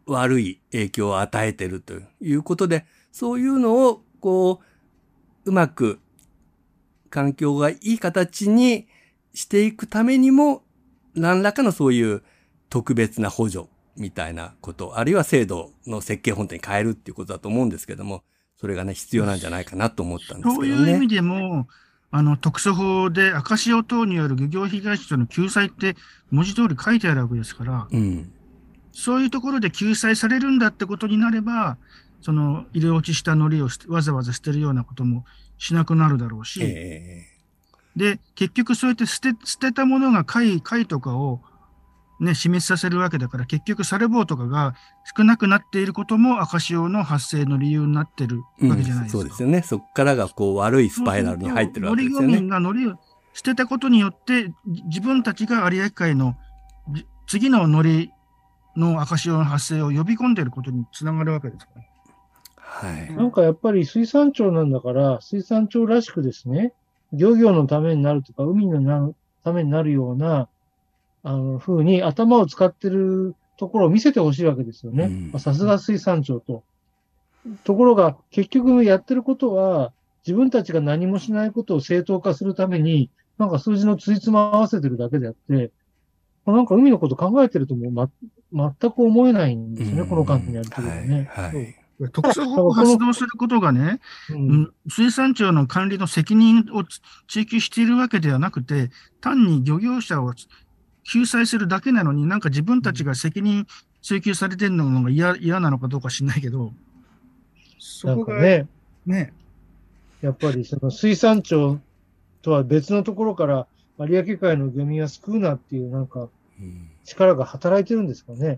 悪い影響を与えているということで、そういうのをうまく環境がいい形にしていくためにも、何らかのそういう特別な補助みたいなこと、あるいは制度の設計本当に変えるっていうことだと思うんですけども、それがね、必要なんじゃないかなと思ったんですけどね。 そういう意味でも、特措法で赤潮等による漁業被害者の救済って文字通り書いてあるわけですから、そういうところで救済されるんだってことになれば、入れ落ちした海苔をわざわざ捨てるようなこともしなくなるだろうし、で、結局そうやって捨てたものが貝とかをね、死滅させるわけだから、結局サルボウとかが少なくなっていることも赤潮の発生の理由になってるわけじゃないですか。 そうですよね。そこからが悪いスパイラルに入ってるわけですよね。 海苔漁民が海苔を捨てたことによって、自分たちが有明海の次の海苔の赤潮の発生を呼び込んでいることにつながるわけですから。 はい。 なんかやっぱり水産庁なんだから、水産庁らしくですね、漁業のためになるとか、海のためになるような、風に頭を使ってるところを見せてほしいわけですよね。さすが水産庁と。ところが、結局やってることは、自分たちが何もしないことを正当化するために、なんか数字のついつま合わせてるだけであって、なんか海のこと考えてるとも全く思えないんですよね、この間にやるときはね。 特措法を発動することがね、水産庁の管理の責任を追及しているわけではなくて、単に漁業者を救済するだけなのに、なんか自分たちが責任追及されてるのが嫌なのかどうか知んないけど、そこがね、 やっぱりその水産庁とは別のところから有明海の漁民は救うなっていうなんか力が働いてるんですかね。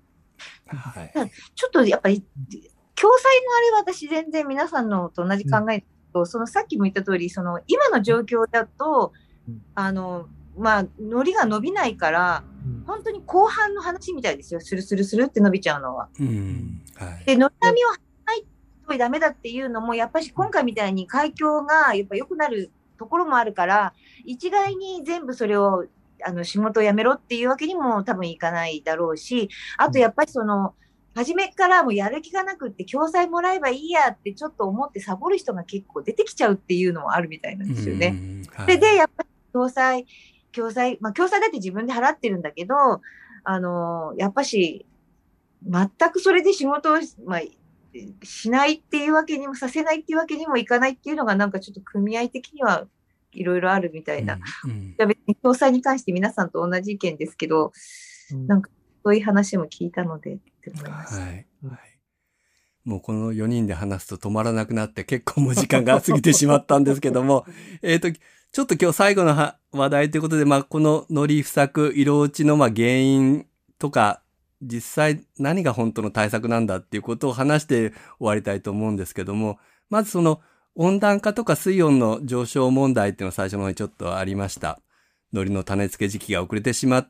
ちょっとやっぱり共済のあれは私全然皆さんのと同じ考えと、さっきも言った通り、今の状況だと、海苔が伸びないから、本当に後半の話みたいですよ。スルって伸びちゃうのは。で、海苔網を張らないとダメだっていうのも、やっぱり今回みたいに海峡がやっぱ良くなるところもあるから、一概に全部それを、仕事を辞めろっていうわけにも多分いかないだろうし、あとやっぱり初めからもうやる気がなくって、共済もらえばいいやってちょっと思ってサボる人が結構出てきちゃうっていうのもあるみたいなんですよね。で、やっぱり共済だって自分で払ってるんだけど、やっぱし、全くそれで仕事を、しないっていうわけにも、させないっていうわけにもいかないっていうのが、なんかちょっと組合的にはいろいろあるみたいな。別に共済に関して皆さんと同じ意見ですけど、なんかそういう話も聞いたのでって思いました。 もうこの4人で話すと止まらなくなって結構もう時間が過ぎてしまったんですけども、ちょっと今日最後の話題ということで、この海苔不作、色落ちの原因とか、実際何が本当の対策なんだっていうことを話して終わりたいと思うんですけども、まず温暖化とか水温の上昇問題っていうのが最初の方にちょっとありました。海苔の種付け時期が遅れてしまって、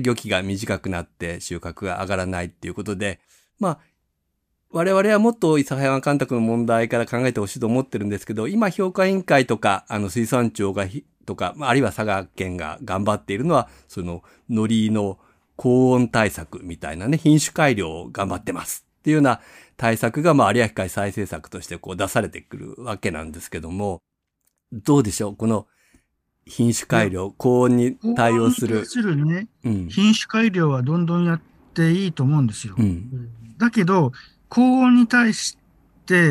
漁期が短くなって収穫が上がらないっていうことで、我々はもっと諫早湾干拓の問題から考えてほしいと思ってるんですけど、今評価委員会とか、水産庁がとか、あるいは佐賀県が頑張っているのは、海苔の高温対策みたいなね、品種改良を頑張ってますっていうような対策が、有明海再生策として出されてくるわけなんですけども、どうでしょうこの品種改良、高温に対応する。 品種改良はどんどんやっていいと思うんですよ。だけど、高温に対して、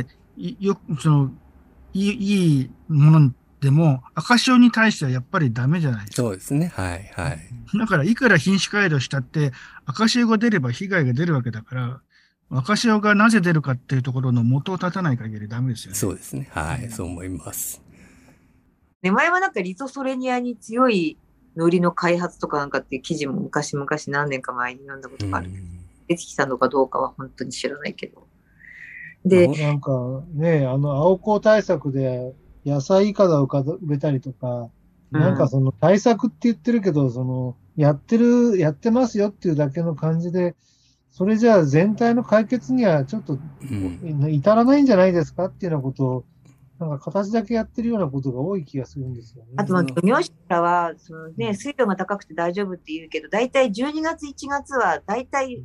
いいものでも、赤潮に対してはやっぱりダメじゃないですか。 そうですね。 だから、いくら品種改良したって、赤潮が出れば被害が出るわけだから、赤潮がなぜ出るかっていうところの元を立たない限りダメですよね。 そうですね。そう思います。 前はなんかリゾソレニアに強い海苔の開発とかなんかっていう記事も昔何年か前に読んだことがある。出てきたのかどうかは本当に知らないけど。 で、なんかね、青光対策で野菜いかだを植えたりとか、なんか対策って言ってるけど、やってますよっていうだけの感じで、それじゃあ全体の解決にはちょっと至らないんじゃないですかっていうようなことを、なんか形だけやってるようなことが多い気がするんですよね。 あと漁業者からは、水温が高くて大丈夫って言うけど、だいたい12月、1月はだいたい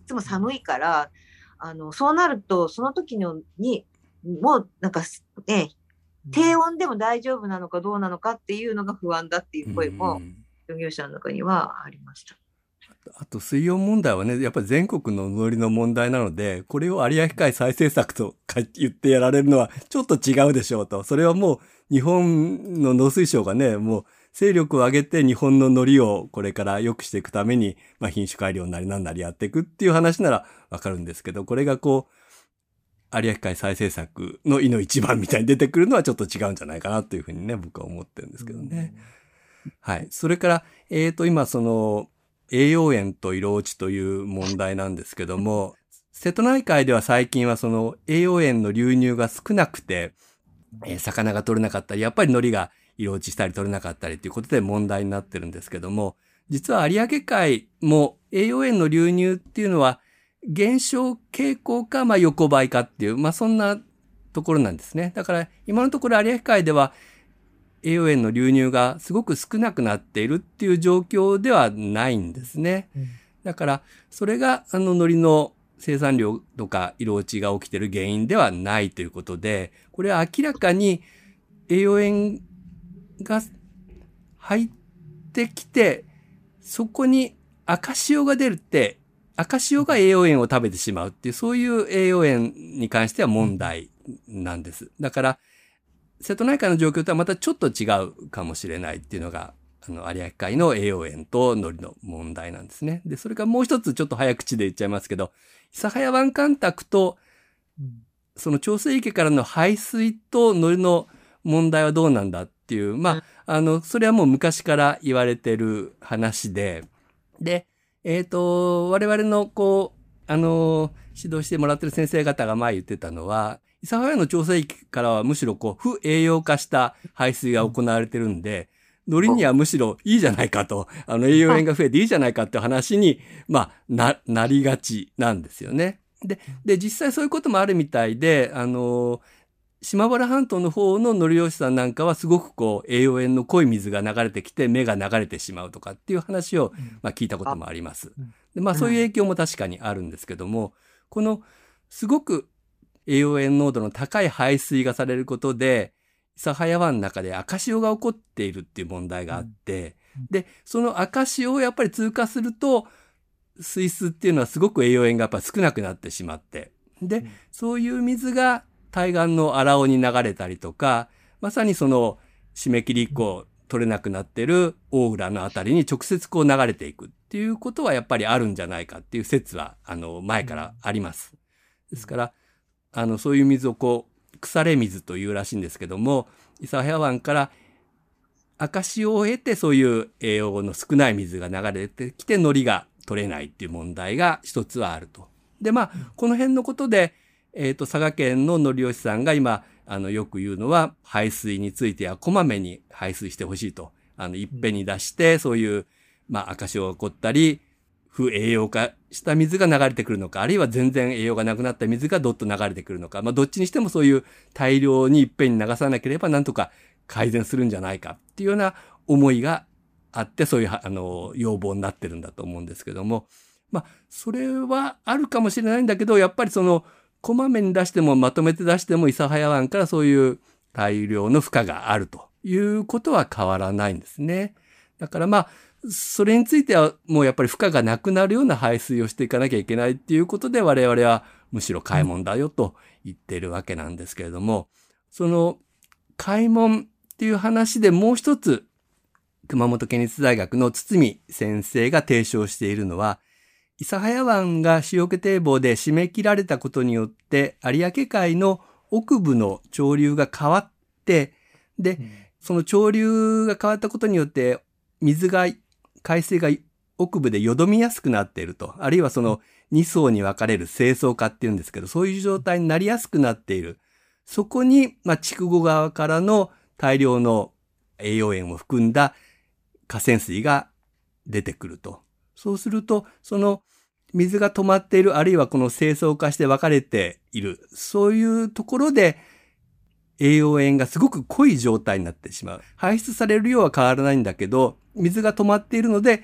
つも寒いから、そうなると、その時に、もうなんかね、低温でも大丈夫なのかどうなのかっていうのが不安だっていう声も、漁業者の中にはありました。 あと水温問題はね、やっぱり全国の海苔の問題なので、これを有明海再生策とか言ってやられるのはちょっと違うでしょうと。それはもう日本の農水省がね、もう勢力を上げて日本の海苔をこれから良くしていくために、品種改良なりなんなりやっていくっていう話ならわかるんですけど、これが有明海再生策のいの一番みたいに出てくるのはちょっと違うんじゃないかなというふうにね、僕は思ってるんですけどね。はい。それから、今栄養塩と色落ちという問題なんですけども、瀬戸内海では最近は栄養塩の流入が少なくて、魚が取れなかったり、やっぱり海苔が色落ちしたり取れなかったりということで問題になってるんですけども、実は有明海も栄養塩の流入っていうのは減少傾向か、横ばいかっていう、そんなところなんですね。だから今のところ有明海では栄養塩の流入がすごく少なくなっているっていう状況ではないんですね。だから、それが海苔の生産量とか色落ちが起きている原因ではないということで、これは明らかに栄養塩が入ってきて、そこに赤潮が出るって、赤潮が栄養塩を食べてしまうっていう、そういう栄養塩に関しては問題なんです。だから、瀬戸内海の状況とはまたちょっと違うかもしれないっていうのが、有明海の栄養塩と海苔の問題なんですね。で、それからもう一つちょっと早口で言っちゃいますけど、諫早湾干拓と、その調整池からの排水と海苔の問題はどうなんだっていう、それはもう昔から言われてる話で、で、我々の指導してもらってる先生方が前言ってたのは、諫早の調整池からはむしろ不栄養化した排水が行われてるんで、海苔にはむしろいいじゃないかと、栄養塩が増えていいじゃないかって話に、なりがちなんですよね。で、実際そういうこともあるみたいで、島原半島の方の海苔漁師さんなんかはすごく栄養塩の濃い水が流れてきて芽が流れてしまうとかっていう話を、聞いたこともあります。で、そういう影響も確かにあるんですけども、このすごく栄養塩濃度の高い排水がされることで、諫早湾の中で赤潮が起こっているっていう問題があって、で、その赤潮をやっぱり通過すると、水質っていうのはすごく栄養塩がやっぱ少なくなってしまって、で、そういう水が対岸の荒尾に流れたりとか、まさに締め切り以降取れなくなってる大浦のあたりに直接流れていくっていうことはやっぱりあるんじゃないかっていう説は、前からあります。ですから、そういう水を腐れ水というらしいんですけども、諫早湾から赤潮を経てそういう栄養の少ない水が流れてきて海苔が取れないっていう問題が一つはあると。で、この辺のことで、佐賀県の海苔漁師さんが今、よく言うのは、排水についてはこまめに排水してほしいと。いっぺんに出して、そういう、赤潮が起こったり、不栄養化した水が流れてくるのか、あるいは全然栄養がなくなった水がどっと流れてくるのか、どっちにしてもそういう大量にいっぺんに流さなければなんとか改善するんじゃないかっていうような思いがあって、そういう要望になってるんだと思うんですけども、それはあるかもしれないんだけど、やっぱりこまめに出してもまとめて出しても諫早湾からそういう大量の負荷があるということは変わらないんですね。だからそれについてはもうやっぱり負荷がなくなるような排水をしていかなきゃいけないっていうことで我々はむしろ開門だよと言っているわけなんですけれども、その開門っていう話でもう一つ熊本県立大学の堤先生が提唱しているのは、諫早湾が潮気堤防で締め切られたことによって有明海の奥部の潮流が変わって、で、その潮流が変わったことによって海水が奥部でよどみやすくなっていると。あるいは2層に分かれる清層化っていうんですけど、そういう状態になりやすくなっている。そこに、筑後川からの大量の栄養塩を含んだ河川水が出てくると。そうすると、水が止まっている、あるいはこの清層化して分かれている。そういうところで、栄養塩がすごく濃い状態になってしまう。排出される量は変わらないんだけど、水が止まっているので、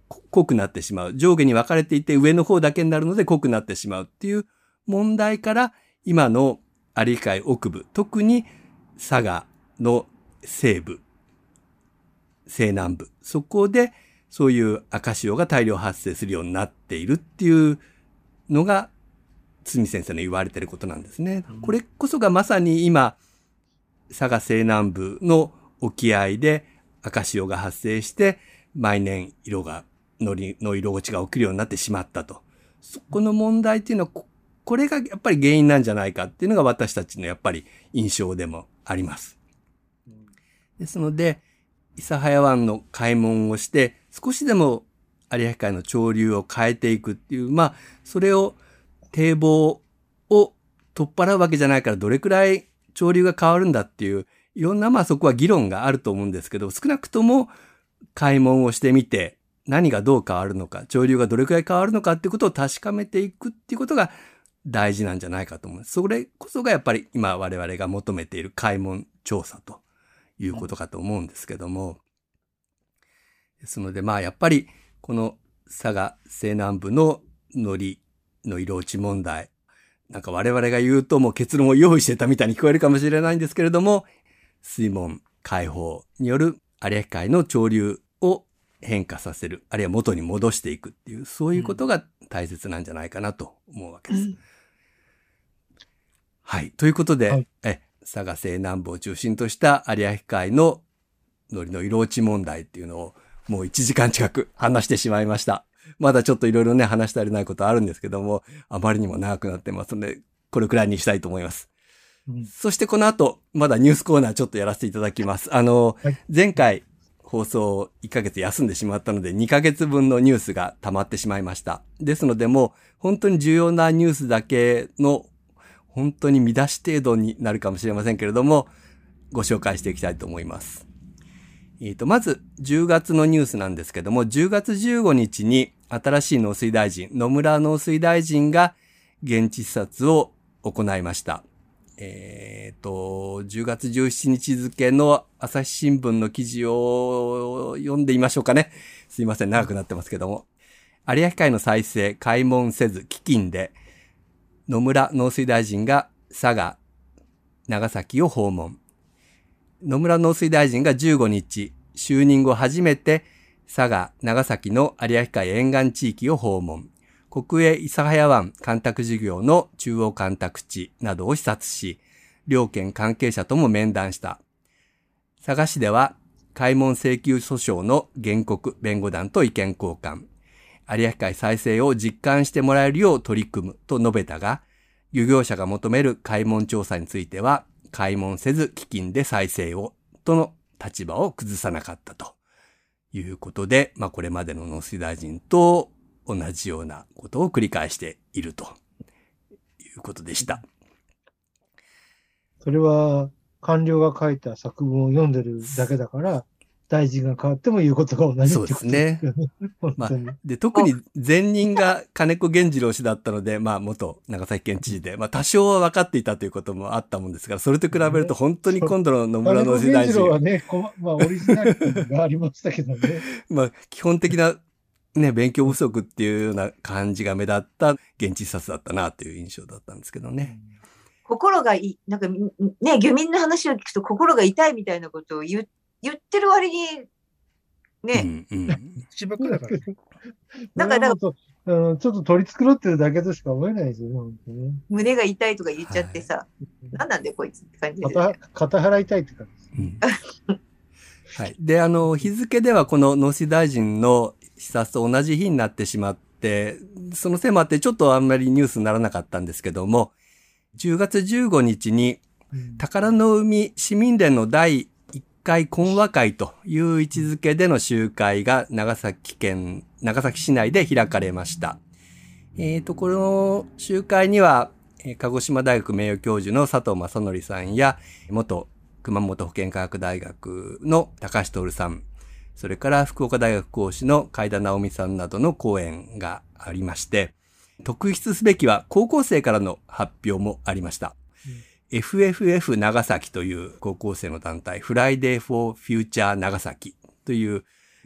濃くなってしまう。上下に分かれていて上の方だけになるので濃くなってしまうっていう問題から、今の有明海北部、特に佐賀の西部、西南部、そこでそういう赤潮が大量発生するようになっているっていうのが、堤先生の言われていることなんですね。これこそがまさに今、佐賀西南部の沖合で赤潮が発生して、毎年海苔の色落ちが起きるようになってしまったと。そこの問題っていうのは、これがやっぱり原因なんじゃないかっていうのが私たちのやっぱり印象でもあります。ですので、諫早湾の開門をして、少しでも有明海の潮流を変えていくっていう、それを堤防を取っ払うわけじゃないからどれくらい潮流が変わるんだっていう、いろんなそこは議論があると思うんですけど、少なくとも開門をしてみて、何がどう変わるのか、潮流がどれくらい変わるのかっていうことを確かめていくっていうことが大事なんじゃないかと思います。それこそがやっぱり今我々が求めている開門調査ということかと思うんですけども。ですのでやっぱりこの佐賀西南部の海苔の色落ち問題。なんか我々が言うともう結論を用意してたみたいに聞こえるかもしれないんですけれども、水門開放による有明海の潮流を変化させる、あるいは元に戻していくっていう、そういうことが大切なんじゃないかなと思うわけです。はい。ということで、佐賀西南部を中心とした有明海の海苔の色落ち問題っていうのをもう1時間近く話してしまいました。まだちょっといろいろね、話し足りないことあるんですけども、あまりにも長くなってますので、これくらいにしたいと思います。そしてこの後、まだニュースコーナーちょっとやらせていただきます。前回放送1ヶ月休んでしまったので、2ヶ月分のニュースが溜まってしまいました。ですのでもう、本当に重要なニュースだけの、本当に見出し程度になるかもしれませんけれども、ご紹介していきたいと思います。まず、10月のニュースなんですけども、10月15日に新しい農水大臣、野村農水大臣が現地視察を行いました。10月17日付の朝日新聞の記事を読んでみましょうかね。すいません、長くなってますけども。有明海の再生、開門せず飢饉で、野村農水大臣が佐賀、長崎を訪問。野村農水大臣が15日、就任後初めて佐賀、長崎の有明海沿岸地域を訪問。国営諫早湾干拓事業の中央干拓地などを視察し、両県関係者とも面談した。佐賀市では、開門請求訴訟の原告弁護団と意見交換。有明海再生を実感してもらえるよう取り組むと述べたが、漁業者が求める開門調査については、開門せず飢饉で再生をとの立場を崩さなかったということで、これまでの農水大臣と同じようなことを繰り返しているということでした。 それは官僚が書いた作文を読んでるだけだから、大臣が変わっても言うことが同じってことですよね。そうですね。 で、特に前任が金子原二郎氏だったので、元長崎県知事で、多少は分かっていたということもあったもんですから、それと比べると本当に今度の野村農水大臣。 金子原二郎はね、オリジナリティがありましたけどね。 基本的なね、勉強不足っていうような感じが目立った現地視察だったなという印象だったんですけどね。 心がなんかね、漁民の話を聞くと心が痛いみたいなことを言ってる割に、ね。 口ばっかだから。 なんかちょっと取り繕ってるだけとしか思えないですよね、本当に。 胸が痛いとか言っちゃってさ、何なんでこいつって感じで、 ね。肩払いたいって感じです。 はい。で、日付ではこの農水大臣の視察と同じ日になってしまって、そのせいもあってちょっとあんまりニュースにならなかったんですけども、10月15日に、宝の海市民連の第1回懇話会という位置づけでの集会が長崎市内で開かれました。この集会には、鹿児島大学名誉教授の佐藤正則さんや、元熊本保健科学大学の高橋徹さん、それから福岡大学講師の海田直美さんなどの講演がありまして、特筆すべきは高校生からの発表もありました。FFF 長崎という高校生の団体、フライデーフォーフューチャー長崎という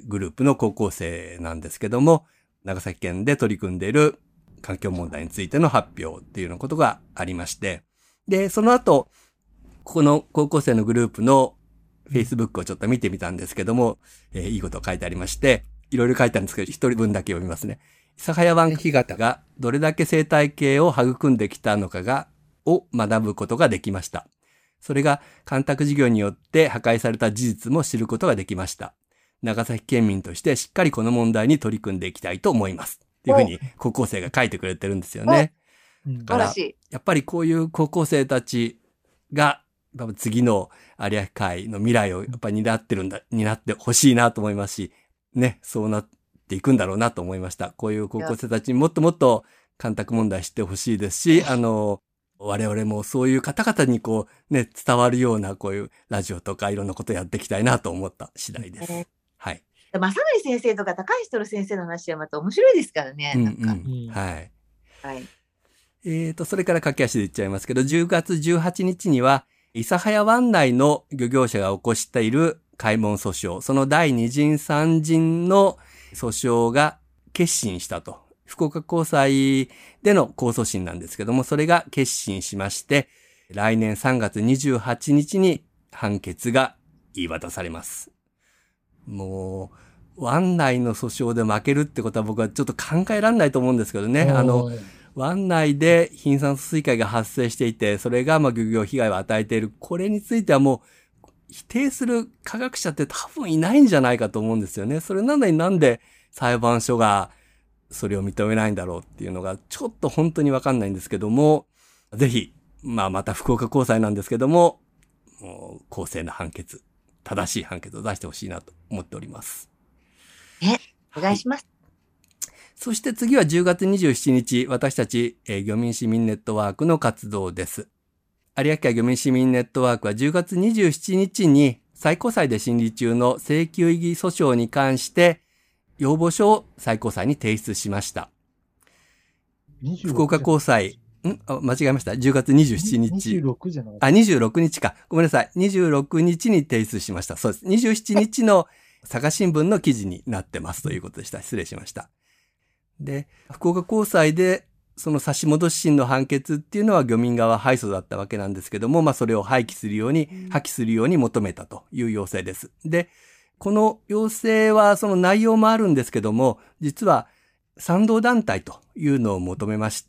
グループの高校生なんですけども、長崎県で取り組んでいる環境問題についての発表っていうようなことがありまして、で、その後、ここの高校生のグループの Facebook をちょっと見てみたんですけども、いいこと書いてありまして、いろいろ書いてあるんですけど、一人分だけ読みますね。諫早湾干潟がどれだけ生態系を育んできたのかを学ぶことができました。それが干拓事業によって破壊された事実も知ることができました。長崎県民としてしっかりこの問題に取り組んでいきたいと思います。っていうふうに高校生が書いてくれてるんですよね。だからやっぱりこういう高校生たちが次の有明海の未来をやっぱり担ってほしいなと思いますし、ね、そうなっていくんだろうなと思いました。こういう高校生たちにもっともっと干拓問題知ってほしいですし、我々もそういう方々にこうね、伝わるようなこういうラジオとかいろんなことやっていきたいなと思った次第です。はい。 正則先生とか高橋徹先生の話はまた面白いですからね。 はい。 はい。 それから駆け足で言っちゃいますけど、10月18日には、諫早湾内の漁業者が起こしている開門訴訟、その第2審3審の訴訟が結審したと。福岡高裁での控訴審なんですけども、それが結審しまして、来年3月28日に判決が言い渡されます。もう、湾内の訴訟で負けるってことは僕はちょっと考えられないと思うんですけどね。湾内で貧酸素水害が発生していて、それが漁業被害を与えている。これについてはもう否定する科学者って多分いないんじゃないかと思うんですよね。それなのになんで裁判所がそれを認めないんだろうっていうのがちょっと本当にわかんないんですけども、ぜひ、また福岡高裁なんですけども、公正な判決、正しい判決を出してほしいなと思っております。 お願いします。 そして次は10月27日、私たち、漁民市民ネットワークの活動です。有明海漁民市民ネットワークは10月27日に最高裁で審理中の請求異議訴訟に関して要望書を最高裁に提出しました。福岡高裁、間違えました。10月27日。 26じゃなかった。 26日か。ごめんなさい。26日に提出しました。そうです。27日の佐賀新聞の記事になってますということでした。失礼しました。で、福岡高裁でその差し戻し審の判決っていうのは漁民側敗訴だったわけなんですけども、それを破棄するように求めたという要請です。で、この要請はその内容もあるんですけども、実は賛同団体というのを求めまして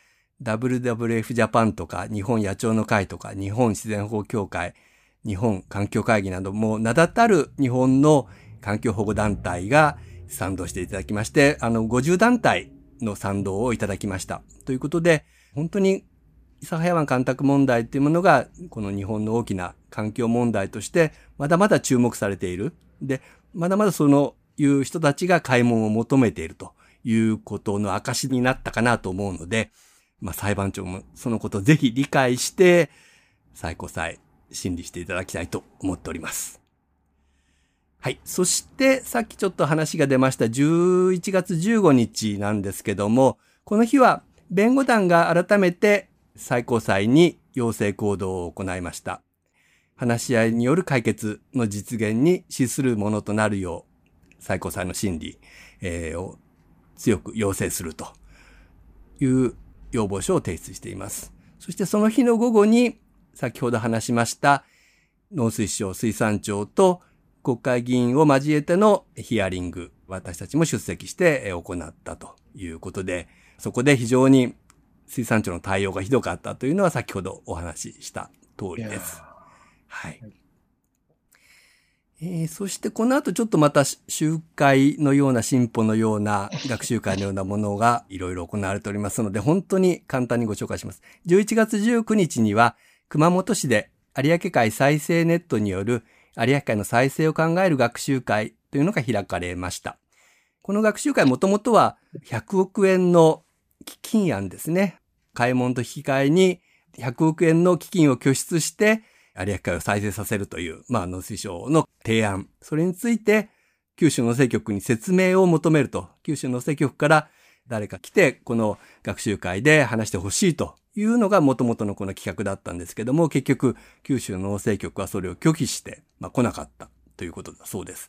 、WWF ジャパンとか日本野鳥の会とか日本自然保護協会、日本環境会議なども名だたる日本の環境保護団体が賛同していただきまして、50団体の賛同をいただきました。ということで、本当に諫早湾干拓問題というものが、この日本の大きな環境問題として、まだまだ注目されている。で、まだまだいう人たちが開門を求めているということの証になったかなと思うので、裁判長もそのことをぜひ理解して、最高裁審理していただきたいと思っております。はい。そして、さっきちょっと話が出ました11月15日なんですけども、この日は弁護団が改めて最高裁に要請行動を行いました。話し合いによる解決の実現に資するものとなるよう、最高裁の審理、を強く要請するという要望書を提出しています。そしてその日の午後に、先ほど話しました農水省水産庁と国会議員を交えてのヒアリング、私たちも出席して行ったということで、そこで非常に水産庁の対応がひどかったというのは先ほどお話しした通りです。はい。そしてこの後ちょっとまた集会のような進歩のような学習会のようなものがいろいろ行われておりますので、本当に簡単にご紹介します。11月19日には熊本市で有明海再生ネットによる有明海の再生を考える学習会というのが開かれました。この学習会もともとは100億円の基金案ですね。開門と引き換えに100億円の基金を拠出して有明海を再生させるという、農水省の提案。それについて九州農政局に説明を求めると。九州農政局から誰か来てこの学習会で話してほしいというのが元々のこの企画だったんですけども、結局九州農政局はそれを拒否して、来なかったということだそうです。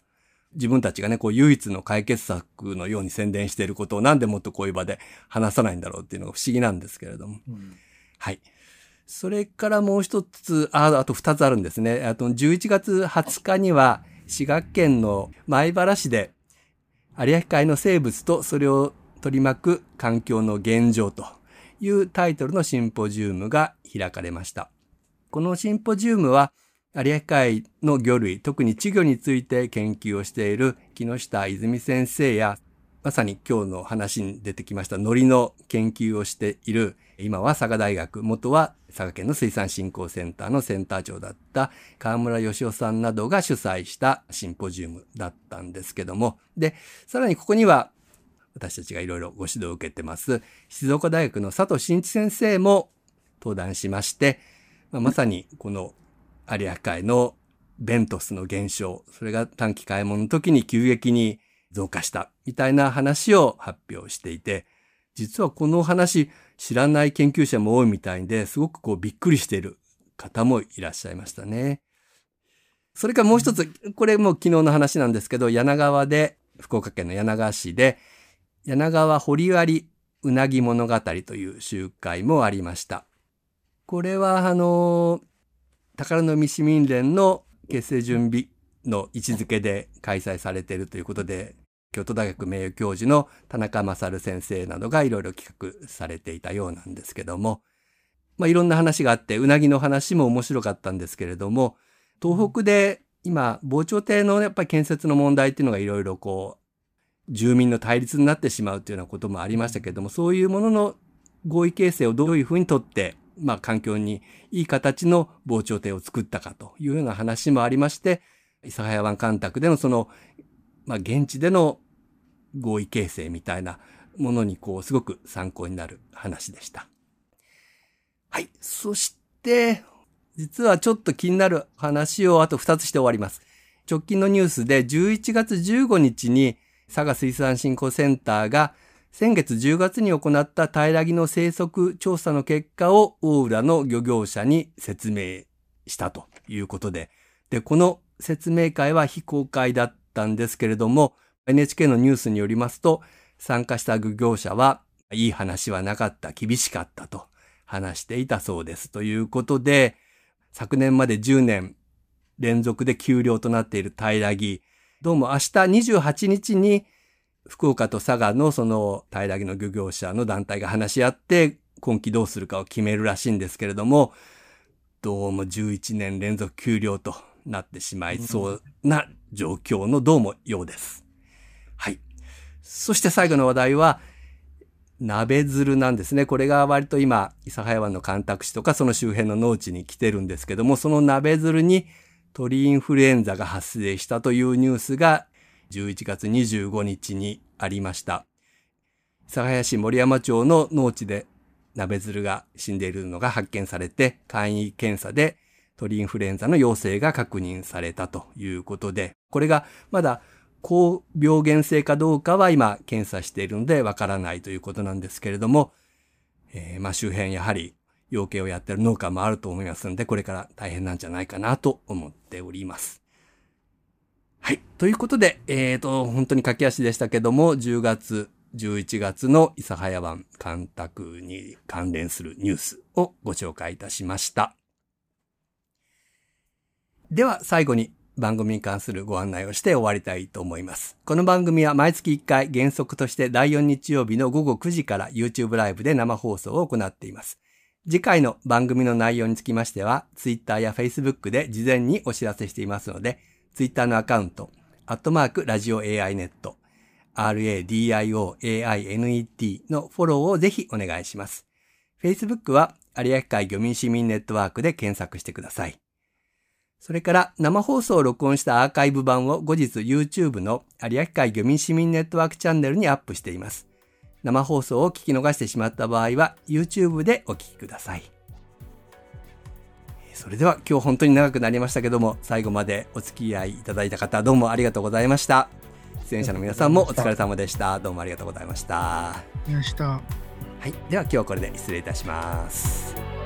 自分たちがね、こう唯一の解決策のように宣伝していることをなんでもっとこういう場で話さないんだろうっていうのが不思議なんですけれども。はい。それからもう一つ、あと二つあるんですね。11月20日には滋賀県の米原市で有明海の生物とそれを取り巻く環境の現状というタイトルのシンポジウムが開かれました。このシンポジウムは有明海の魚類、特に稚魚について研究をしている木下泉先生や、まさに今日の話に出てきました海苔の研究をしている、今は佐賀大学、元は佐賀県の水産振興センターのセンター長だった河村義雄さんなどが主催したシンポジウムだったんですけども、で、さらにここには私たちがいろいろご指導を受けてます、静岡大学の佐藤真一先生も登壇しまして、まさにこの有明海のベントスの減少、それが短期開門の時に急激に増加したみたいな話を発表していて、実はこの話知らない研究者も多いみたいで、すごくびっくりしている方もいらっしゃいましたね。それからもう一つ、これも昨日の話なんですけど、柳川で、福岡県の柳川市で、柳川掘割うなぎ物語という集会もありました。これは宝の海市民連の結成準備の位置づけで開催されているということで、京都大学名誉教授の田中勝先生などがいろいろ企画されていたようなんですけども、いろんな話があって、うなぎの話も面白かったんですけれども、東北で今、防潮堤のやっぱり建設の問題っていうのがいろいろ住民の対立になってしまうというようなこともありましたけれども、そういうものの合意形成をどういうふうにとって、環境にいい形の防潮堤を作ったかというような話もありまして、諫早湾干拓での現地での合意形成みたいなものにすごく参考になる話でした。はい。そして、実はちょっと気になる話をあと2つして終わります。直近のニュースで11月15日に佐賀水産振興センターが先月10月に行ったタイラギの生息調査の結果を大浦の漁業者に説明したということで、この説明会は非公開だったんですけれども、NHK のニュースによりますと、参加した漁業者はいい話はなかった、厳しかったと話していたそうです。ということで、昨年まで10年連続で休漁となっているタイラギ、どうも明日28日に福岡と佐賀のそのタイラギの漁業者の団体が話し合って今期どうするかを決めるらしいんですけれども、どうも11年連続休漁となってしまいそうな状況のどうもようです。はい。そして最後の話題は鍋鶴なんですね。これが割と今諫早湾の干拓地とかその周辺の農地に来てるんですけども、その鍋鶴に鳥インフルエンザが発生したというニュースが11月25日にありました。諫早市森山町の農地で鍋鶴が死んでいるのが発見されて、簡易検査で鳥インフルエンザの陽性が確認されたということで、これがまだ高病原性かどうかは今検査しているのでわからないということなんですけれども、周辺やはり養鶏をやっている農家もあると思いますので、これから大変なんじゃないかなと思っております。はい。ということで、本当に駆け足でしたけども、10月、11月の諫早湾干拓に関連するニュースをご紹介いたしました。では最後に番組に関するご案内をして終わりたいと思います。この番組は毎月1回原則として第4日曜日の午後9時から YouTube ライブで生放送を行っています。次回の番組の内容につきましては Twitter や Facebook で事前にお知らせしていますので、Twitter のアカウント@RadioAINet RADIOAINET のフォローをぜひお願いします。Facebook は有明海漁民市民ネットワークで検索してください。それから生放送を録音したアーカイブ版を後日 YouTube の有明海漁民市民ネットワークチャンネルにアップしています。生放送を聞き逃してしまった場合は YouTube でお聞きください。それでは今日本当に長くなりましたけども、最後までお付き合いいただいた方どうもありがとうございました。出演者の皆さんもお疲れ様でした。どうもありがとうございました。 はい。 では今日はこれで失礼いたします。